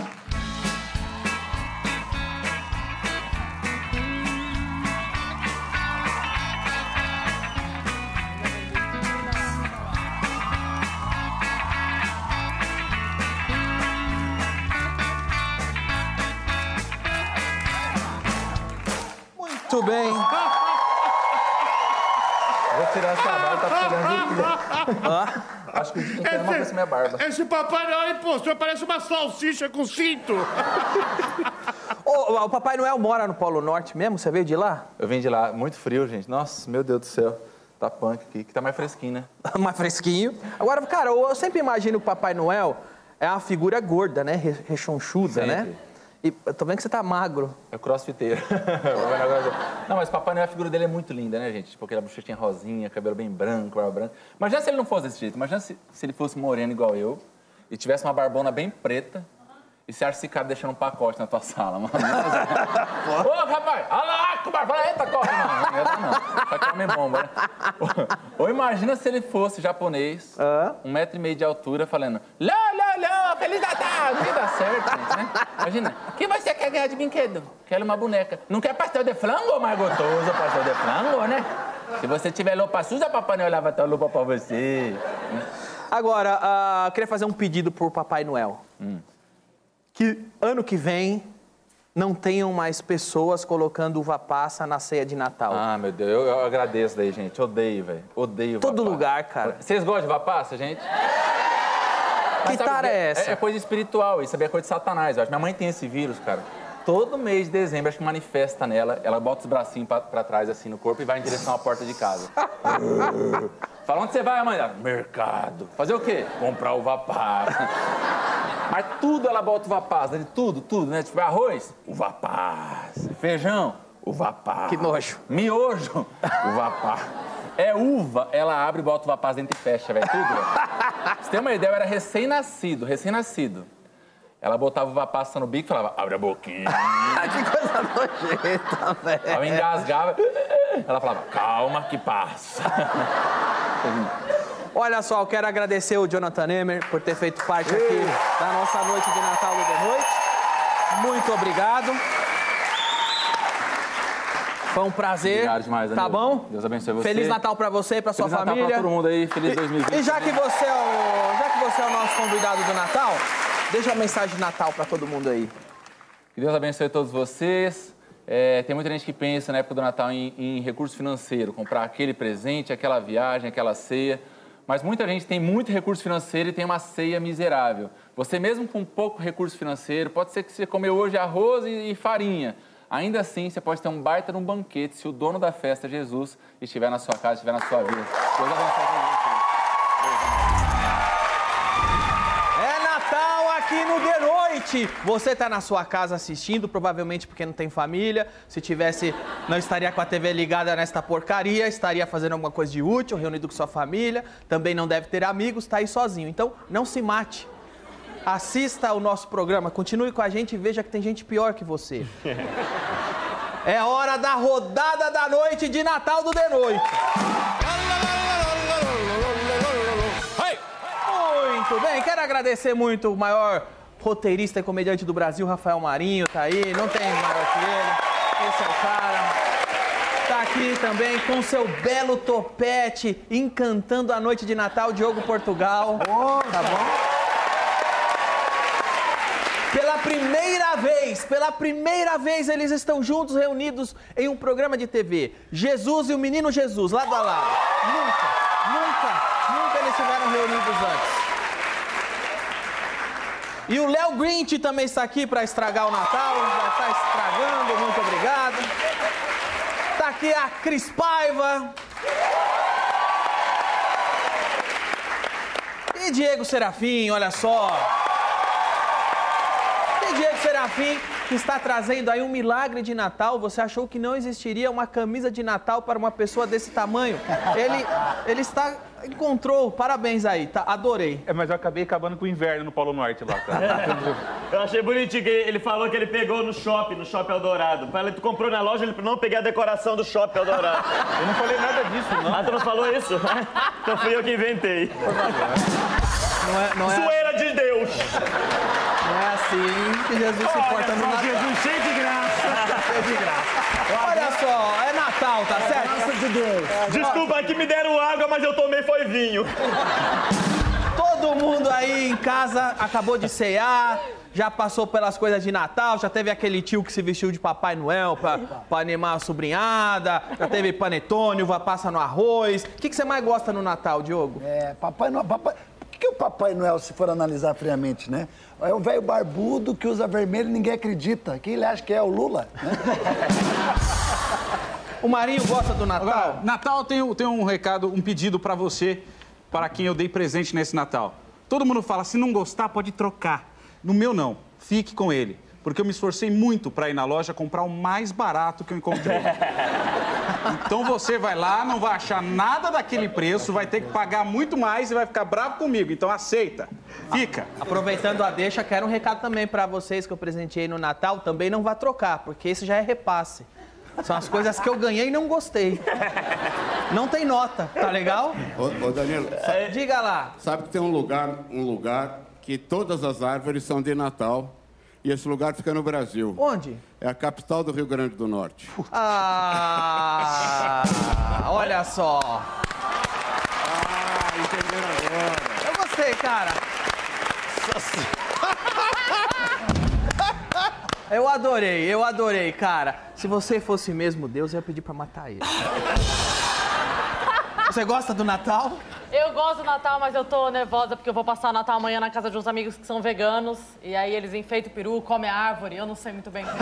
S1: Muito bem.
S10: Vou tirar essa barba, tá tirando. Acho que não quero mais minha barba.
S9: Esse Papai Noel impostor parece uma salsicha com cinto.
S1: O Papai Noel mora no Polo Norte mesmo? Você veio de lá?
S10: Eu vim de lá, muito frio, gente. Nossa, meu Deus do céu. Tá punk aqui, que tá mais fresquinho, né?
S1: Mais fresquinho. Agora, cara, eu sempre imagino que o Papai Noel é uma figura gorda, né? Rechonchuda, né? E eu tô vendo que você tá magro.
S10: É o crossfiteiro. Não, mas o Papai Noel, a figura dele é muito linda, né, gente? Tipo, aquela bochechinha rosinha, cabelo bem branco, barba branca. Imagina se ele não fosse desse jeito. Imagina se ele fosse moreno igual eu e tivesse uma barbona bem preta e você acha esse cara deixando um pacote na tua sala, mano. Ô, rapaz! Olha lá, com barba! Eita, corre! Não entra não. Só que é homem bomba, né? Ou imagina se ele fosse japonês, 1,5 metro de altura, falando Lô, Feliz Natal! Não ia dar certo, gente, né? Imagina, o que você quer ganhar de brinquedo? Quero uma boneca. Não quer pastel de flango, mais gostoso pastel de flango, né? Se você tiver lupa suja, Papai Noel lava a tua lupa pra você.
S1: Agora, eu queria fazer um pedido por Papai Noel. Que ano que vem não tenham mais pessoas colocando uva passa na ceia de Natal.
S10: Ah, meu Deus, eu agradeço daí, gente. Odeio, velho. Odeio uva
S1: Todo
S10: passa.
S1: lugar, cara.
S10: Vocês gostam de uva passa, gente?
S1: Que tara é essa?
S10: É coisa espiritual, isso é coisa de Satanás. Eu acho. Minha mãe tem esse vírus, cara. Todo mês de dezembro, acho que manifesta nela. Ela bota os bracinhos pra trás, assim, no corpo e vai em direção à porta de casa. Fala, onde você vai, mãe? Mercado. Fazer o quê? Comprar uva passa. Mas tudo ela bota uva passa, tudo, né? Tipo, arroz, uva passa. Feijão, uva passa.
S1: Que nojo.
S10: Miojo, uva passa. É uva, ela abre e bota uva passa dentro e fecha, velho, tudo. Pra você ter uma ideia, eu era recém-nascido. Ela botava uva passa no bico e falava, abre a boquinha.
S1: Que coisa nojenta, velho.
S10: Ela engasgava, ela falava, calma que passa.
S1: Olha só, eu quero agradecer o Jonathan Nemer por ter feito parte aqui da nossa noite de Natal do The Noite. Muito obrigado. Foi um prazer.
S10: Obrigado demais,
S1: tá bom?
S10: Deus abençoe você.
S1: Feliz Natal pra você e pra sua
S10: família. Feliz Natal pra todo mundo aí. Feliz 2020.
S1: E já que você é o nosso convidado do Natal, deixa uma mensagem de Natal pra todo mundo aí.
S10: Que Deus abençoe todos vocês. Tem muita gente que pensa na época do Natal em recurso financeiro, comprar aquele presente, aquela viagem, aquela ceia. Mas muita gente tem muito recurso financeiro e tem uma ceia miserável. Você mesmo com pouco recurso financeiro, pode ser que você comeu hoje arroz e farinha. Ainda assim, você pode ter um baita num banquete se o dono da festa, Jesus, estiver na sua casa, estiver na sua vida. Deus abençoe você.
S1: É Natal aqui no The Noite. Você tá na sua casa assistindo, provavelmente porque não tem família. Se tivesse, não estaria com a TV ligada nesta porcaria, estaria fazendo alguma coisa de útil, reunido com sua família. Também não deve ter amigos, tá aí sozinho. Então, não se mate. Assista ao nosso programa, continue com a gente e veja que tem gente pior que você. É hora da rodada da noite de Natal do The Noite. Muito bem, quero agradecer muito o maior roteirista e comediante do Brasil, Rafael Marinho, tá aí, não tem maior que ele, esse é o cara. Tá aqui também com seu belo topete, encantando a noite de Natal, Diogo Portugal. Tá bom? Pela primeira vez eles estão juntos, reunidos em um programa de TV. Jesus e o menino Jesus, lado a lado. Nunca eles estiveram reunidos antes. E o Léo Grinch também está aqui para estragar o Natal, já está estragando, muito obrigado. Está aqui a Cris Paiva. E Diego Serafim, olha só. Diego Serafim, que está trazendo aí um milagre de Natal. Você achou que não existiria uma camisa de Natal para uma pessoa desse tamanho? Ele encontrou. Parabéns aí, tá? Adorei.
S12: Mas eu acabei acabando com o inverno no Polo Norte lá, cara.
S4: Eu achei bonitinho que ele falou que ele pegou no Shopping Eldorado. Falei, tu comprou na loja, ele não peguei a decoração do Shopping Eldorado.
S12: Eu não falei nada disso, não.
S4: Ah, tu não falou isso? Então fui eu que inventei.
S1: Não é
S4: Zoeira de Deus!
S1: Não é assim que Jesus se porta no Natal.
S5: Jesus cheio de graça.
S1: Cheio de graça. Olha só, é Natal, tá certo?
S5: Graças de Deus.
S4: Desculpa, é que me deram água, mas eu tomei foi vinho.
S1: Todo mundo aí em casa acabou de cear, já passou pelas coisas de Natal, já teve aquele tio que se vestiu de Papai Noel pra animar a sobrinhada, já teve panetone, uva passa no arroz. O que você mais gosta no Natal, Diogo?
S13: Papai Noel... Por que o Papai Noel, se for analisar friamente, né? É um velho barbudo que usa vermelho e ninguém acredita. Quem ele acha que é? O Lula? Né?
S1: O Marinho gosta do Natal?
S12: Agora, Natal tem um recado, um pedido pra você, para quem eu dei presente nesse Natal. Todo mundo fala, se não gostar, pode trocar. No meu, não. Fique com ele. Porque eu me esforcei muito pra ir na loja comprar o mais barato que eu encontrei. Então você vai lá, não vai achar nada daquele preço, vai ter que pagar muito mais e vai ficar bravo comigo. Então aceita. Fica.
S1: Aproveitando a deixa, quero um recado também pra vocês que eu presenteei no Natal. Também não vá trocar, porque esse já é repasse. São as coisas que eu ganhei e não gostei. Não tem nota, tá legal?
S6: Ô Danilo,
S1: diga lá.
S6: Sabe que tem um lugar que todas as árvores são de Natal. E esse lugar fica no Brasil.
S1: Onde?
S6: É a capital do Rio Grande do Norte.
S1: Olha só.
S6: Entenderam agora.
S1: Eu gostei, cara. Eu adorei, cara. Se você fosse mesmo Deus, eu ia pedir pra matar ele. Você gosta do Natal?
S14: Eu gosto do Natal, mas eu tô nervosa porque eu vou passar o Natal amanhã na casa de uns amigos que são veganos. E aí eles enfeitam o peru, comem a árvore. Eu não sei muito bem o que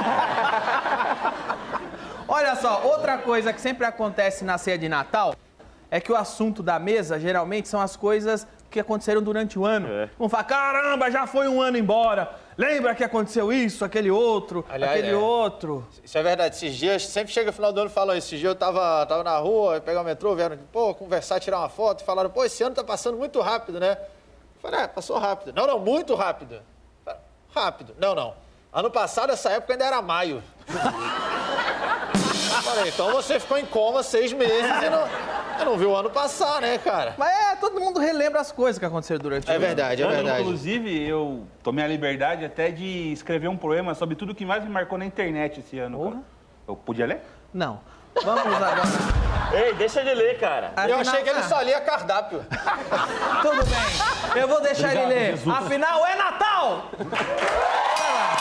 S1: Olha só, outra coisa que sempre acontece na ceia de Natal é que o assunto da mesa, geralmente, são as coisas que aconteceram durante o ano. Vamos falar, caramba, já foi um ano embora. Lembra que aconteceu isso, aquele outro, outro.
S2: Isso é verdade. Esses dias, sempre chega no final do ano e falam isso. Esses dias eu tava na rua, pegar o metrô, vieram, conversar, tirar uma foto, e falaram, esse ano tá passando muito rápido, né? Eu falei, passou rápido. Não, muito rápido. Falei, rápido. Não. Ano passado, essa época ainda era maio. Eu falei, então você ficou em coma 6 meses e não viu o ano passar, né, cara?
S1: Mas todo mundo relembra as coisas que aconteceram durante o ano.
S2: É verdade.
S12: Inclusive, eu tomei a liberdade até de escrever um poema sobre tudo que mais me marcou na internet esse ano. Eu podia ler?
S1: Não. Vamos agora.
S4: Ei, deixa ele ler, cara.
S2: Eu achei que ele só lia cardápio.
S1: Tudo bem. Eu vou deixar ele ler. Jesus. Afinal, é Natal! Vai lá.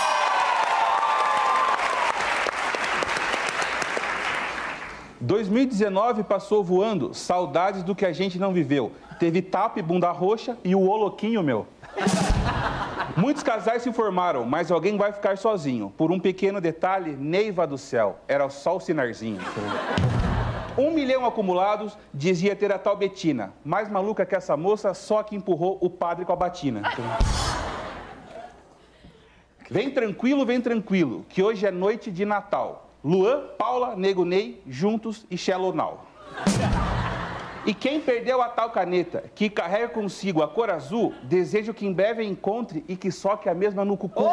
S12: 2019 passou voando, saudades do que a gente não viveu. Teve tapa e bunda roxa e o oloquinho, meu. Muitos casais se formaram, mas alguém vai ficar sozinho. Por um pequeno detalhe, Neiva do céu, era só o Sinarzinho. 1 milhão acumulados, dizia ter a tal Betina. Mais maluca que essa moça, só que empurrou o padre com a batina. Vem tranquilo, que hoje é noite de Natal. Luan, Paula, Nego Ney, juntos e Shallow Now. E quem perdeu a tal caneta, que carrega consigo a cor azul, desejo que em breve encontre e que soque a mesma no cucu.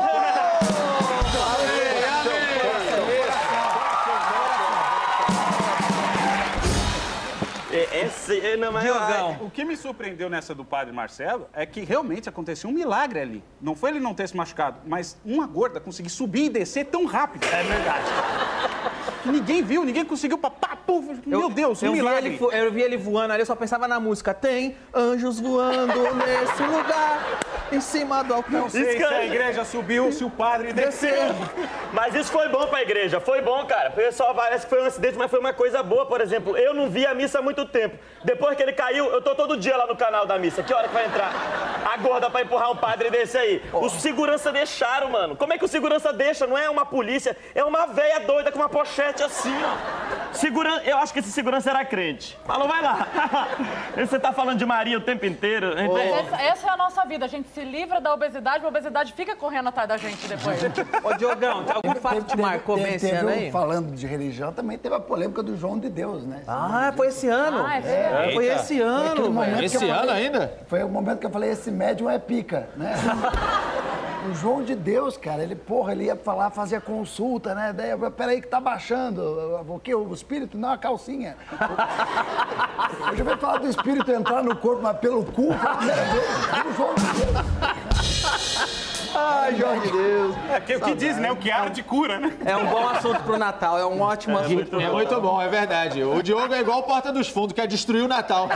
S12: O que me surpreendeu nessa do padre Marcelo é que realmente aconteceu um milagre ali. Não foi ele não ter se machucado, mas uma gorda conseguir subir e descer tão rápido. É verdade. Ninguém viu, ninguém conseguiu. Meu Deus, um milagre.
S1: Eu vi ele voando ali, eu só pensava na música. Tem anjos voando nesse lugar, em cima do altar.
S12: Não sei se a igreja subiu, se o padre desceu.
S4: Mas isso foi bom pra igreja, foi bom, cara. O pessoal parece que foi um acidente, mas foi uma coisa boa, por exemplo. Eu não vi a missa há muito tempo. Depois que ele caiu, eu tô todo dia lá no canal da missa. Que hora que vai entrar a gorda pra empurrar um padre desse aí? Os segurança deixaram, mano. Como é que o segurança deixa? Não é uma polícia, é uma véia doida com uma pochete assim, ó. Eu acho que esse segurança era crente. Falou, vai lá. Você tá falando de Maria o tempo inteiro.
S14: Essa é a nossa vida. A gente se livra da obesidade, a obesidade fica correndo atrás da gente depois.
S1: Ô, Diogão, algum fato te marcou bem esse ano aí?
S13: Falando de religião, também teve a polêmica do João de Deus, né?
S1: Ah, foi esse ano? Foi esse ano, velho.
S2: Esse ano ainda?
S13: Foi o momento que eu falei, esse médium é pica, né? O João de Deus, cara, ele ia falar, fazia consulta, né? Daí, peraí que tá baixando. O quê? O espírito? Não, a calcinha. Eu já veio falar do espírito entrar no corpo, mas pelo cu, foi a primeira vez. O João de Deus.
S1: Ai, João de Deus.
S12: É o que diz, né? O que arde cura, né?
S1: É um bom assunto pro Natal, é um ótimo assunto.
S2: É muito bom, é verdade. O Diogo é igual Porta dos Fundos, quer destruir o Natal.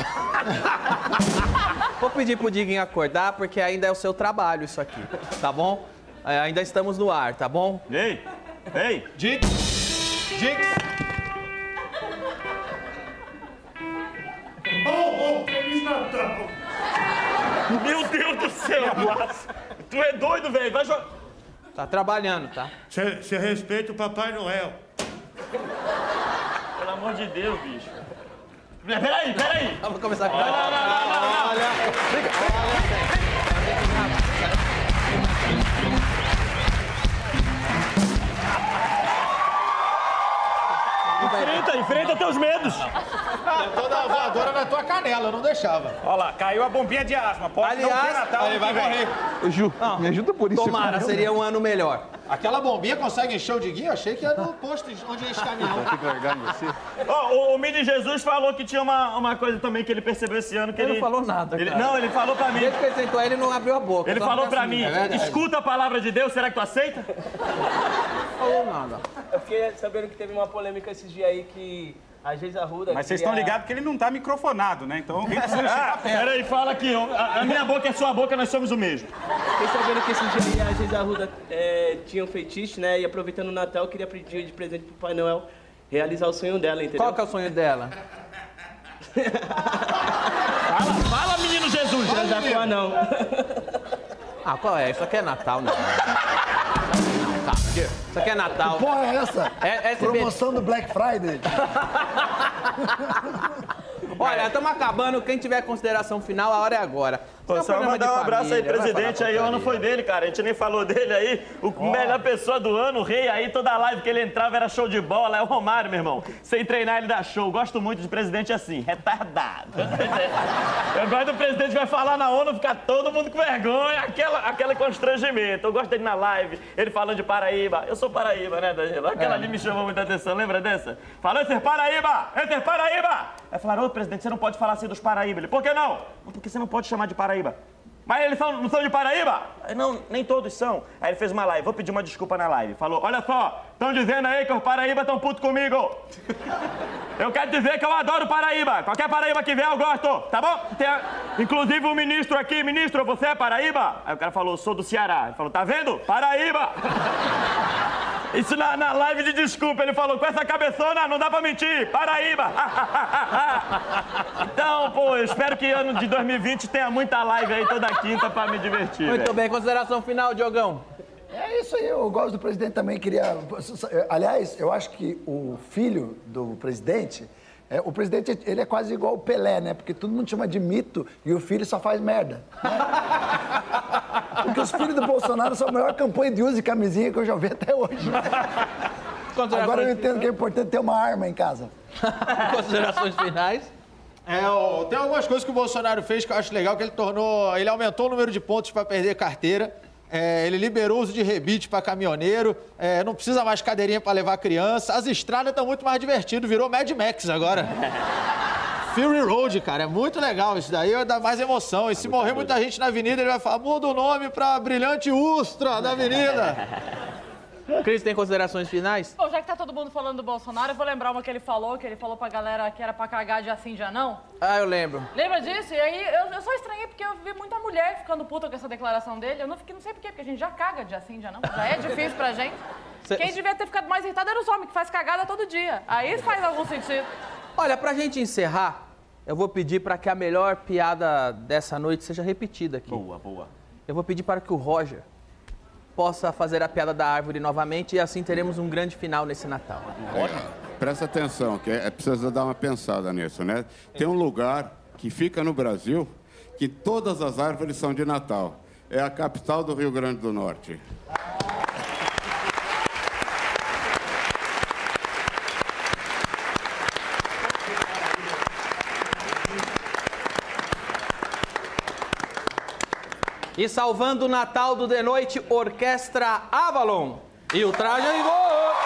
S1: Vou pedir pro Diguinho acordar, porque ainda é o seu trabalho isso aqui, tá bom? Ainda estamos no ar, tá bom?
S4: Ei!
S2: Dig!
S4: Feliz Natal! Meu Deus do céu, Blas! Tu é doido, velho! Vai jogar...
S1: Tá trabalhando, tá?
S15: Você respeita o Papai Noel.
S4: Pelo amor de Deus, bicho. Peraí!
S1: Vamos começar aqui.
S4: Enfrenta teus medos.
S2: Toda a voadora na tua canela, eu não deixava.
S12: Olha lá, caiu a bombinha de asma. Pode não ter Natal.
S2: Ele vai morrer.
S1: Ju, me ajuda por isso. Tomara, seria um ano melhor.
S2: Aquela bombinha consegue encher o Diguinho? Eu achei que era no posto onde eles caminham.
S15: Tem que largar em você.
S4: O Mini Jesus falou que tinha uma coisa também que ele percebeu esse ano que ele...
S1: Não falou nada, cara.
S4: Não, ele falou pra mim.
S1: Desde que ele sentou aí, ele não abriu a boca.
S4: Ele falou pra mim, escuta a palavra de Deus, será que tu aceita?
S1: Não falou nada.
S7: Eu fiquei sabendo que teve uma polêmica esses dias aí que a Geisa Arruda...
S12: Mas vocês estão ligados que ele não tá microfonado, né? Então alguém precisa chegar perto.
S4: Peraí, fala aqui. A minha boca é sua boca, nós somos o mesmo.
S7: Fiquei sabendo que esses dias aí a Geisa Arruda tinha um feitiço, né? E aproveitando o Natal, eu queria pedir de presente pro Pai Noel realizar o sonho dela, entendeu?
S1: Qual que é o sonho dela?
S4: Fala, menino Jesus!
S7: Transar com anão.
S1: Ah, qual é? Isso aqui é Natal, né? Isso aqui é Natal.
S13: Que porra é essa? Promoção do Black Friday.
S1: Olha, estamos acabando. Quem tiver consideração final, a hora é agora.
S4: Só mandar um abraço aí, presidente. Aí o ano foi dele, cara. A gente nem falou dele aí. Melhor pessoa do ano, o rei aí. Toda live que ele entrava era show de bola. É o Romário, meu irmão. Sem treinar, ele dá show. Gosto muito de presidente assim, retardado. Eu gosto do presidente que vai falar na ONU, ficar todo mundo com vergonha. Aquele constrangimento. Eu gosto dele na live, ele falando de Paraíba. Eu sou Paraíba, né, Danilo? Aquela ali me chamou muita atenção. Lembra dessa? Falou, Enter Paraíba! Enter Paraíba! Aí falaram, ô, presidente, você não pode falar assim dos Paraíba. Ele, por que não? Porque você não pode chamar de Paraíba. Mas eles não são de Paraíba? Não, nem todos são. Aí ele fez uma live, vou pedir uma desculpa na live. Falou, olha só, estão dizendo aí que os Paraíba estão putos comigo. Eu quero dizer que eu adoro Paraíba. Qualquer Paraíba que vier eu gosto, tá bom? Inclusive o ministro aqui, ministro, você é Paraíba? Aí o cara falou, sou do Ceará. Ele falou, tá vendo? Paraíba. Isso na live de desculpa, ele falou, com essa cabeçona não dá pra mentir, Paraíba! Então, pô, eu espero que ano de 2020 tenha muita live aí toda quinta pra me divertir.
S1: Muito bem, consideração final, Diogão.
S13: É isso aí, eu gosto do presidente também, queria... Aliás, eu acho que o filho do presidente... o presidente, ele é quase igual o Pelé, né? Porque todo mundo chama de mito e o filho só faz merda. Né? Porque os filhos do Bolsonaro são a maior campanha de uso de camisinha que eu já vi até hoje. Agora eu entendo que é importante ter uma arma em casa.
S1: Considerações finais?
S2: Tem algumas coisas que o Bolsonaro fez que eu acho legal, que ele aumentou o número de pontos para perder carteira. Ele liberou o uso de rebite para caminhoneiro, não precisa mais cadeirinha para levar criança, as estradas estão muito mais divertidas, virou Mad Max agora. Fury Road, cara, é muito legal isso daí, dá mais emoção. E se morrer muita gente na avenida, ele vai falar, muda o nome para Brilhante Ustra da avenida.
S1: Cris, tem considerações finais?
S14: Bom, já que tá todo mundo falando do Bolsonaro, eu vou lembrar uma que ele falou pra galera que era pra cagar dia sim, dia não.
S1: Ah, eu lembro.
S14: Lembra disso? E aí, eu só estranhei porque eu vi muita mulher ficando puta com essa declaração dele. Eu não sei por quê, porque a gente já caga dia sim, dia não. Já é difícil pra gente. Quem devia ter ficado mais irritado era os homens, que faz cagada todo dia. Aí faz algum sentido.
S1: Olha, pra gente encerrar, eu vou pedir pra que a melhor piada dessa noite seja repetida aqui.
S4: Boa, boa.
S1: Eu vou pedir para que o Roger possa fazer a piada da árvore novamente e assim teremos um grande final nesse Natal.
S6: presta atenção, que precisa dar uma pensada nisso, né? Tem um lugar que fica no Brasil que todas as árvores são de Natal. É a capital do Rio Grande do Norte.
S1: E salvando o Natal do de noite, Orquestra Avalon. E o traje a rigor.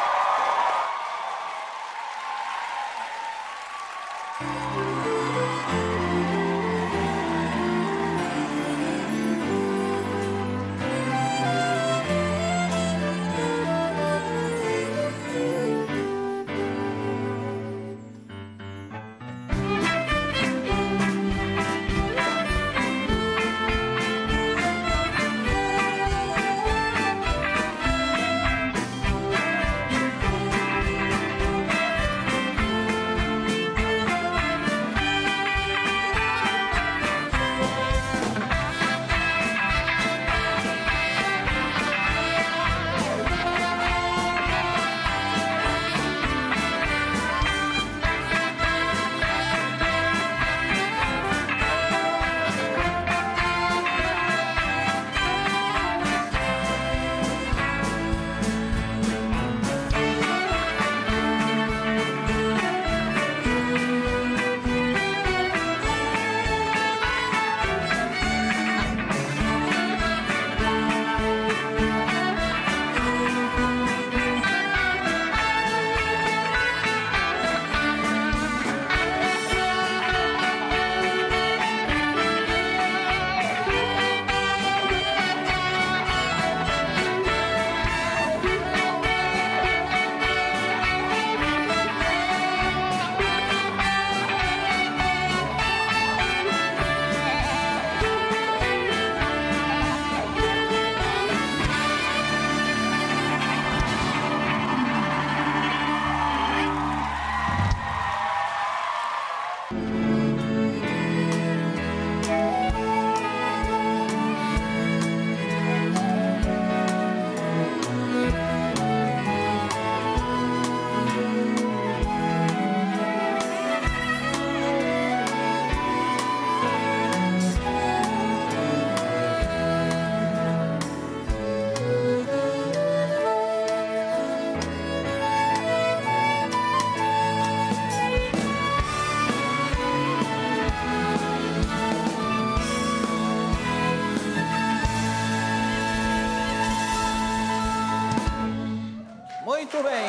S1: Muito bem.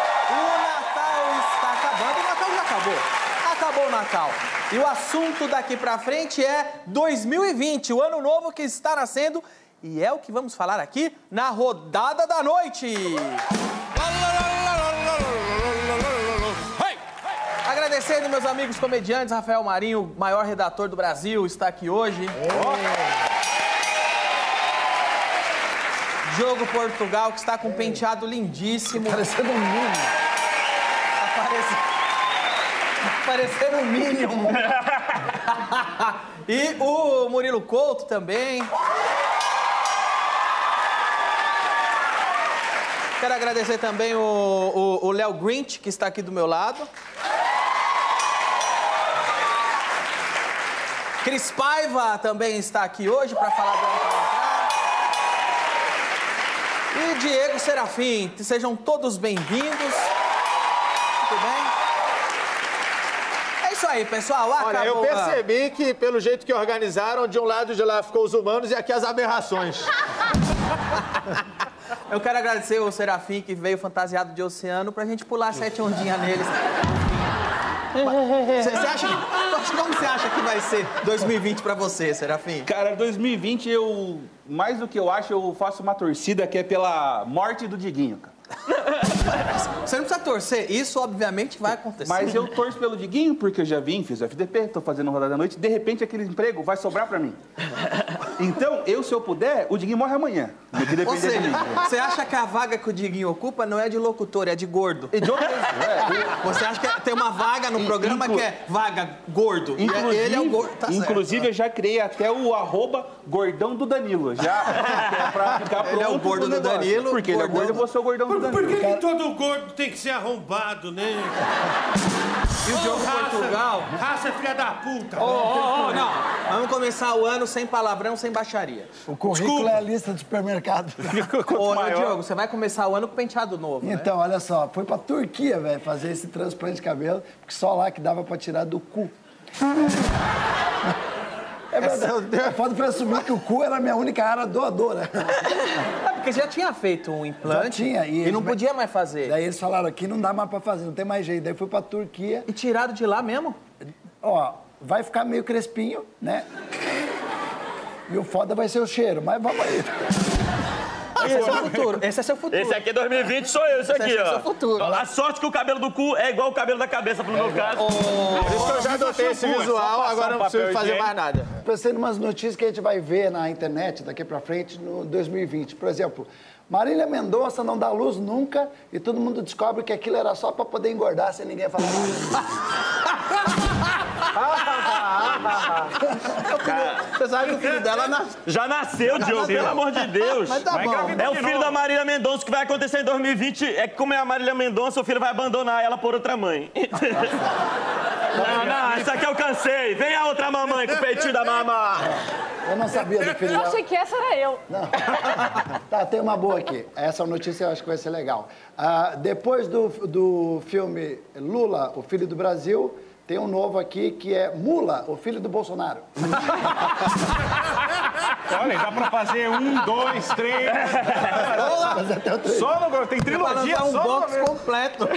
S1: O Natal está acabando. O Natal já acabou. Acabou o Natal. E o assunto daqui pra frente é 2020, o ano novo que está nascendo. E é o que vamos falar aqui na Rodada da Noite. Agradecendo meus amigos comediantes, Rafael Marinho, o maior redator do Brasil, está aqui hoje. Diogo Portugal, que está com um penteado lindíssimo.
S13: Parecendo um Minion.
S1: Parecendo um Minion. E o Murilo Couto também. Quero agradecer também o Léo Grinch, que está aqui do meu lado. Cris Paiva também está aqui hoje para falar do ano que vai entrar. E Diego Serafim, sejam todos bem-vindos. Muito bem. É isso aí, pessoal. Acabou.
S2: Olha, eu percebi que, pelo jeito que organizaram, de um lado de lá ficou os humanos e aqui as aberrações.
S1: Eu quero agradecer o Serafim, que veio fantasiado de oceano, pra gente pular 7 ondinhas neles. Como você acha que vai ser 2020 pra você, Serafim?
S12: Cara, 2020 mais do que eu acho, eu faço uma torcida que é pela morte do Diguinho, cara.
S1: Você não precisa torcer, isso obviamente vai acontecer.
S12: Mas eu torço pelo Diguinho porque eu já vim, fiz o FDP, tô fazendo Rodada da Noite, de repente aquele emprego vai sobrar pra mim. Então, se eu puder, o Diguinho morre amanhã. No que
S1: Ou
S12: depender de
S1: seja,
S12: mim.
S1: você acha que a vaga que o Diguinho ocupa não é de locutor, é de gordo?
S12: E de outro
S1: Você acha que tem uma vaga no programa que é vaga gordo? Ele é o gordo. Tá
S12: inclusive, eu já criei até o @gordão do Danilo. Já pra ficar pronto.
S1: Ele é o gordo do Danilo.
S12: Porque ele é gordo, eu vou ser o gordão do Danilo.
S15: Por que todo gordo tem que ser arrombado, né?
S1: E o Diogo Portugal...
S15: Raça filha da puta.
S1: Não. Vamos começar o ano sem palavrão, sem baixaria.
S13: O currículo é a lista de supermercado.
S1: Ô, Diogo, você vai começar o ano com penteado novo,
S13: Então, olha só, fui pra Turquia, velho, fazer esse transplante de cabelo, porque só lá que dava pra tirar do cu. É verdade. Pode presumir que o cu era a minha única área doadora.
S1: É porque já tinha feito um implante.
S13: Já tinha.
S1: E não podia mais fazer.
S13: Daí eles falaram, aqui não dá mais pra fazer, não tem mais jeito. Daí fui pra Turquia.
S1: E tiraram de lá mesmo?
S13: Ó, vai ficar meio crespinho, né? E o foda vai ser o cheiro, mas vamos aí.
S1: Esse é seu futuro. Esse é seu futuro.
S4: Esse aqui é 2020, sou eu, esse aqui,
S1: Esse é
S4: ó.
S1: seu futuro.
S4: A sorte que o cabelo do cu é igual o cabelo da cabeça, no meu caso.
S2: Por isso que eu já adotei esse visual, agora não preciso fazer mais nada.
S13: Pensei em umas notícias que a gente vai ver na internet daqui pra frente no 2020. Por exemplo, Marília Mendonça não dá luz nunca e todo mundo descobre que aquilo era só pra poder engordar sem ninguém falar nada.
S1: Você sabe que o filho dela
S4: já nasceu, Diogo, pelo amor de Deus.
S1: Mas tá bom.
S4: É o filho da Marília Mendonça. O que vai acontecer em 2020 é que, como é a Marília Mendonça, o filho vai abandonar ela por outra mãe. Não, isso aqui eu cansei. Vem a outra mamãe com o peitinho da mama.
S13: Eu não sabia do filho
S14: Eu
S13: dela.
S14: achei que essa era eu.
S13: Não. Tá, tem uma boa aqui. Essa notícia eu acho que vai ser legal. Depois do filme Lula, o Filho do Brasil, tem um novo aqui que é Mula, o Filho do Bolsonaro.
S12: Olha, dá pra fazer 1, 2, 3. Só no... Tem trilogia,
S1: um
S12: só
S1: box completo.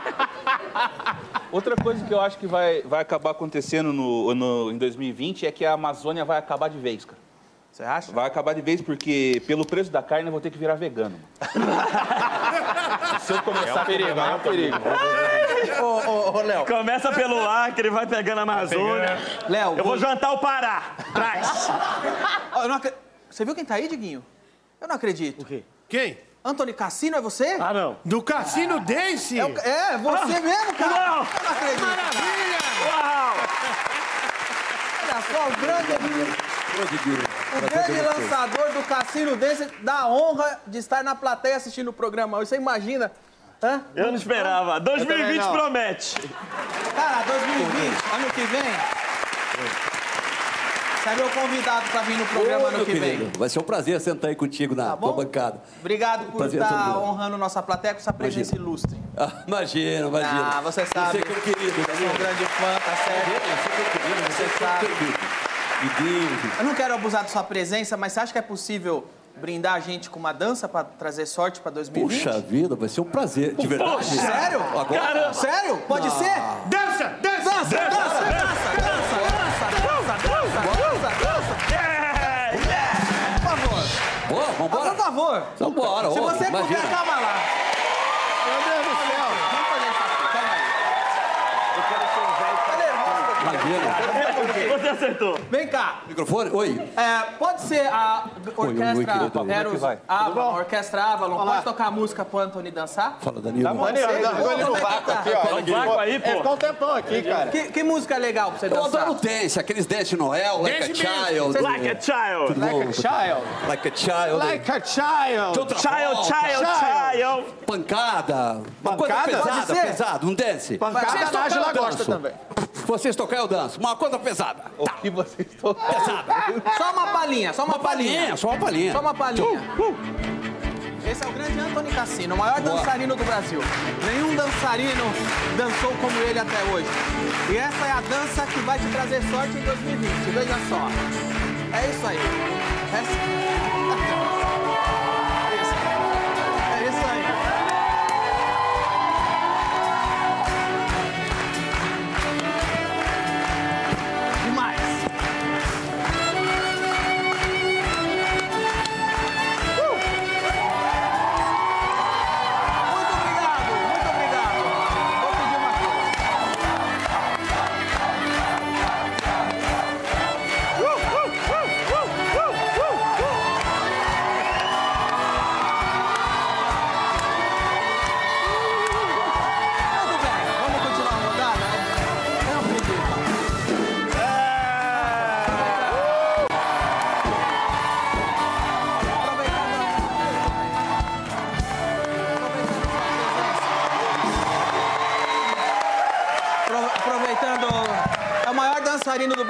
S12: Outra coisa que eu acho que vai acabar acontecendo em 2020 é que a Amazônia vai acabar de vez, cara.
S1: Você acha?
S12: Vai acabar de vez porque, pelo preço da carne, eu vou ter que virar vegano. Se eu começar a perigo,
S2: é um perigo.
S1: Ô, Léo.
S4: Começa pelo ar, que ele vai pegando a Amazônia.
S1: Léo,
S4: eu vou jantar o Pará. Traz.
S1: Você viu quem tá aí, Diguinho? Eu não acredito.
S15: O quê? Quem?
S1: Antônio Cassino, é você?
S4: Ah, não.
S15: Do Cassino Dance?
S1: É você mesmo, cara.
S4: Não.
S1: Eu não acredito.
S15: Maravilha!
S4: Uau!
S1: Olha só, o grande lançador do Cassino Dance dá honra de estar na plateia assistindo o programa. Você imagina? Hã?
S4: Eu não esperava. 2020
S1: não.
S4: promete.
S1: Cara, 2020, ano que vem... Você é meu convidado para vir no programa ano que vem.
S16: Vai ser um prazer sentar aí contigo na tua bancada.
S1: Obrigado por
S16: Prazer é todo
S1: estar
S16: meu.
S1: honrando nossa plateia com essa presença ilustre.
S16: Imagina.
S1: Ah, você sabe.
S16: Você que é um querido,
S1: Eu sou um grande fã, tá certo? Você sabe. Eu não quero abusar da sua presença, mas você acha que é possível brindar a gente com uma dança para trazer sorte para 2020?
S16: Puxa vida, vai ser um prazer, de verdade.
S1: Poxa, sério?
S16: Agora...
S1: Caramba. Sério? Pode ser?
S15: Dança! Dança!
S1: Dança! Por favor.
S16: Boa, vambora?
S1: Por favor.
S16: Então bora,
S1: Se você
S16: imagina.
S1: puder, calma lá. Meu Deus do céu. Vamos fazer isso aqui, calma aí. Eu quero ser um velho.
S16: Imagina.
S4: Você acertou.
S1: Vem cá.
S16: Microfone? Oi.
S1: Pode ser a orquestra
S16: querido.
S1: Eros Avalon, a orquestra Avalon, pode tocar a música pro Anthony dançar?
S16: Fala, Danilo.
S2: Tá bom, ele no vácuo aqui, ó.
S4: Vácuo aí, pô.
S2: Ele ficou um tempão aqui, cara.
S1: Que música legal pra você
S16: Eu
S1: dançar?
S16: adoro dance, aqueles dance Noel, Like a Child.
S4: Like a child.
S16: Tudo bom?
S15: Like a child.
S16: Like a Child.
S15: Like a child.
S16: Outra
S4: Child,
S16: volta.
S4: child.
S16: Pancada. Uma coisa
S15: Pancada?
S16: pesada,
S1: Pode ser?
S16: pesada, um dance.
S15: Pancada,
S16: Vocês
S15: a
S16: tocam,
S15: Nájila
S16: eu
S15: gosta
S16: danço.
S15: também.
S16: Se vocês tocar, eu danço. Uma coisa pesada.
S1: O que vocês tocam?
S16: Pesada.
S1: Só uma palhinha, só uma palhinha.
S16: Só uma palhinha.
S1: Só uma palhinha. Esse é o grande Anthony Cassino, o maior dançarino do Brasil. Nenhum dançarino dançou como ele até hoje. E essa é a dança que vai te trazer sorte em 2020. Veja só. É isso aí. É isso aí. Demais. Muito obrigado, muito obrigado. Vou pedir uma coisa.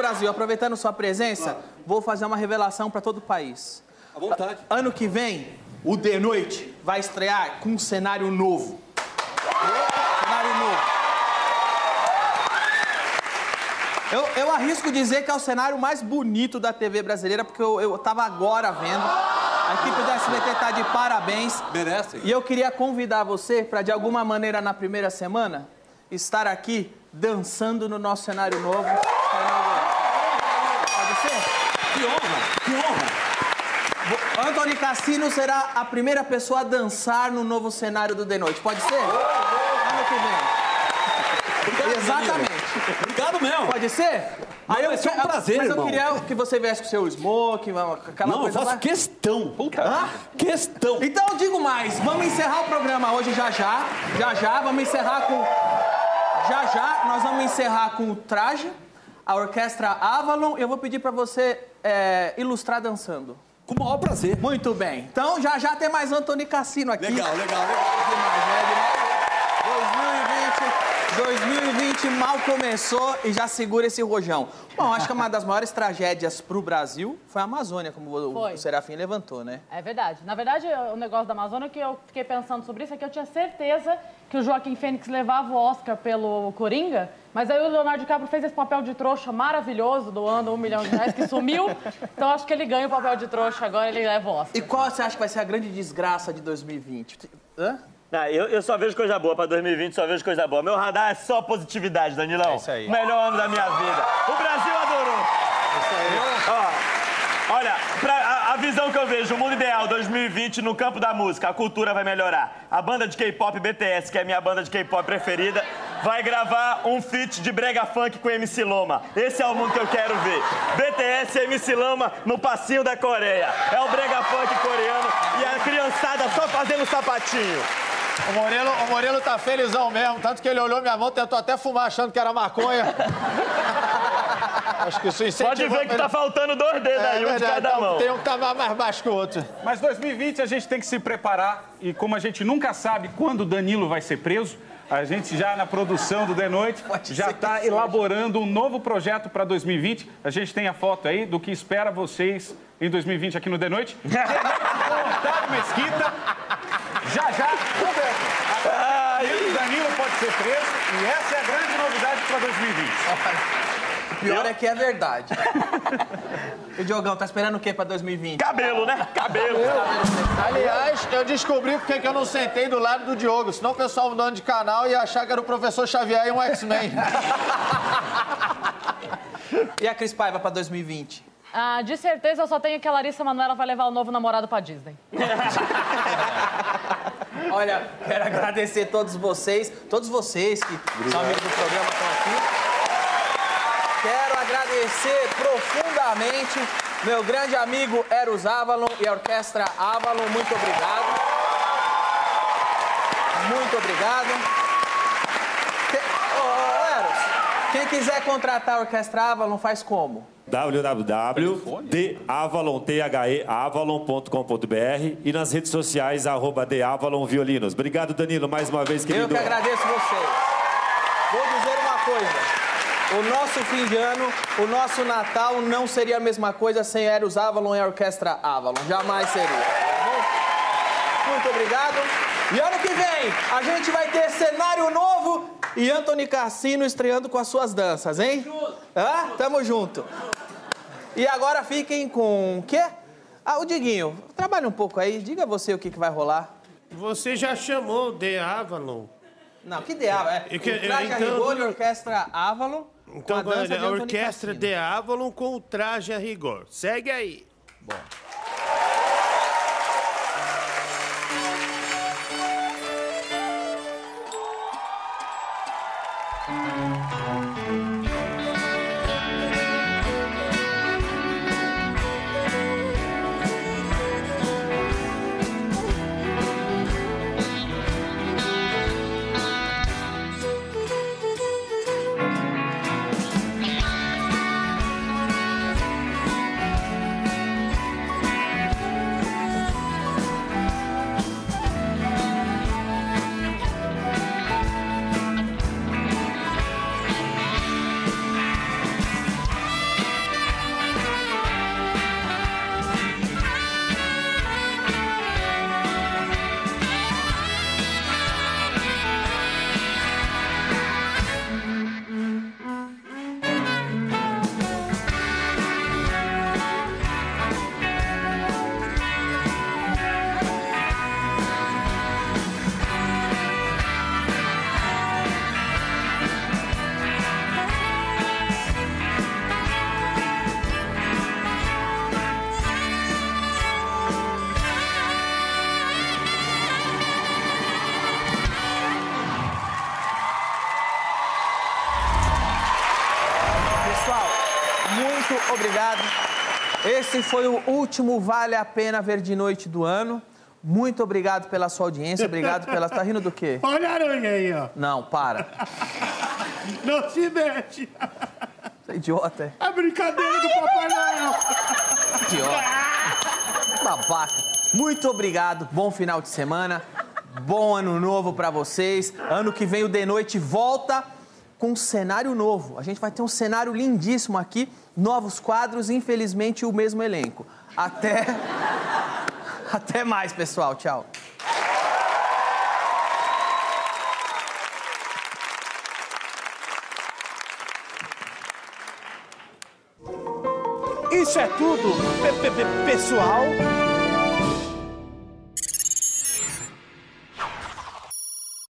S1: Brasil, aproveitando sua presença, vou fazer uma revelação para todo o país.
S16: À vontade.
S1: Ano que vem, o The Noite vai estrear com um cenário novo. Cenário novo. Eu arrisco dizer que é o cenário mais bonito da TV brasileira, porque eu tava agora vendo. A equipe do SBT tá de parabéns.
S16: Merece.
S1: E eu queria convidar você para, de alguma maneira, na primeira semana, estar aqui dançando no nosso cenário novo. Pode ser?
S16: Que honra, que honra.
S1: Antony Cassino será a primeira pessoa a dançar no novo cenário do The Noite. Pode ser? Ano que vem.
S16: Obrigado,
S1: exatamente.
S16: Obrigado mesmo.
S1: Pode ser?
S16: Aí vai ser um prazer,
S1: mas
S16: irmão.
S1: eu queria que você viesse com o seu smoke, aquela
S16: Não,
S1: coisa
S16: eu faço
S1: lá.
S16: questão. Puta. Questão.
S1: Então eu digo mais, vamos encerrar o programa hoje já, vamos encerrar com... Já, nós vamos encerrar com o Traje, a Orquestra Avalon, e eu vou pedir pra você ilustrar dançando.
S16: Com o maior prazer.
S1: Muito bem. Então já tem mais Antony Cassino aqui.
S16: Legal.
S1: Demais. 2020 mal começou e já segura esse rojão. Bom, acho que uma das maiores tragédias pro Brasil foi a Amazônia, como o Serafim levantou, né?
S14: É verdade. Na verdade, o negócio da Amazônia, que eu fiquei pensando sobre isso, é que eu tinha certeza que o Joaquim Fênix levava o Oscar pelo Coringa, mas aí o Leonardo DiCaprio fez esse papel de trouxa maravilhoso, doando R$1 milhão, que sumiu. Então acho que ele ganha o papel de trouxa, agora ele leva o Oscar.
S1: E qual você acha que vai ser a grande desgraça de 2020? Hã?
S4: Não, eu só vejo coisa boa pra 2020, só vejo coisa boa. Meu radar é só positividade, Danilão. É
S3: isso aí.
S4: O melhor ano da minha vida. O Brasil adorou. Isso aí. Olha, a visão que eu vejo, o mundo ideal, 2020, no campo da música, a cultura vai melhorar. A banda de K-pop BTS, que é a minha banda de K-pop preferida, vai gravar um feat de brega funk com MC Loma. Esse é o mundo que eu quero ver. BTS e MC Loma no passinho da Coreia. É o brega funk coreano e a criançada só fazendo sapatinho.
S2: O Morelo tá felizão mesmo, tanto que ele olhou minha mão, tentou até fumar achando que era maconha. Acho que isso incentiva...
S4: Pode ver que tá faltando 2 dedos aí, um de cada mão.
S2: Tem um que tá mais baixo que o outro.
S12: Mas 2020 a gente tem que se preparar e como a gente nunca sabe quando o Danilo vai ser preso, a gente já na produção do The Noite já está elaborando um novo projeto para 2020. A gente tem a foto aí do que espera vocês em 2020 aqui no The Noite. Otávio Mesquita, já, o Danilo pode ser preso e essa é a grande novidade para 2020.
S1: O pior é que é verdade. E Diogão, tá esperando o quê pra 2020?
S4: Cabelo, né? Cabelo.
S2: Aliás, eu descobri porque que eu não sentei do lado do Diogo, senão o pessoal mudando de canal ia achar que era o professor Xavier e um X-Men.
S1: E a Cris Paiva pra 2020?
S14: Ah, de certeza eu só tenho que a Larissa Manoela vai levar o novo namorado pra Disney.
S1: Olha, quero agradecer todos vocês que são amigos do programa, estão aqui. Quero agradecer profundamente meu grande amigo Eros Avalon e a Orquestra Avalon. Muito obrigado. Muito obrigado. Eros, quem quiser contratar a Orquestra Avalon, faz como?
S17: www.theavalon.com.br e nas redes sociais, @TheAvalonViolinos. Obrigado, Danilo, mais uma vez, querido.
S1: Eu que agradeço vocês. Vou dizer uma coisa. O nosso fim de ano, o nosso Natal não seria a mesma coisa sem Eros Avalon e a Orquestra Avalon. Jamais seria. Tá bom? Muito obrigado. E ano que vem, a gente vai ter cenário novo e Antony Cassino estreando com as suas danças, hein? Tamo junto. E agora fiquem com o quê? O Diguinho, trabalha um pouco aí. Diga você o que vai rolar.
S18: Você já chamou o The Avalon.
S1: Não, que The Avalon? O Traje a Rigor e a Orquestra Avalon.
S18: Então,
S1: com a dança de
S18: a
S1: Antony
S18: Orquestra
S1: Cassino.
S18: The Avalon com o Traje a Rigor. Segue aí.
S1: Bom. obrigado. Esse foi o último Vale a Pena Ver de Noite do ano. Muito obrigado pela sua audiência, obrigado pela... Tá rindo do quê?
S18: Olha a aranha aí, ó.
S1: Não, para.
S18: Não se mete.
S1: Você é idiota, é?
S18: A brincadeira do Papai Noel.
S1: Idiota. Babaca. Muito obrigado, bom final de semana, bom ano novo pra vocês. Ano que vem o The Noite volta com um cenário novo. A gente vai ter um cenário lindíssimo aqui, novos quadros, infelizmente o mesmo elenco. Até mais, pessoal. Tchau.
S19: Isso é tudo, pessoal.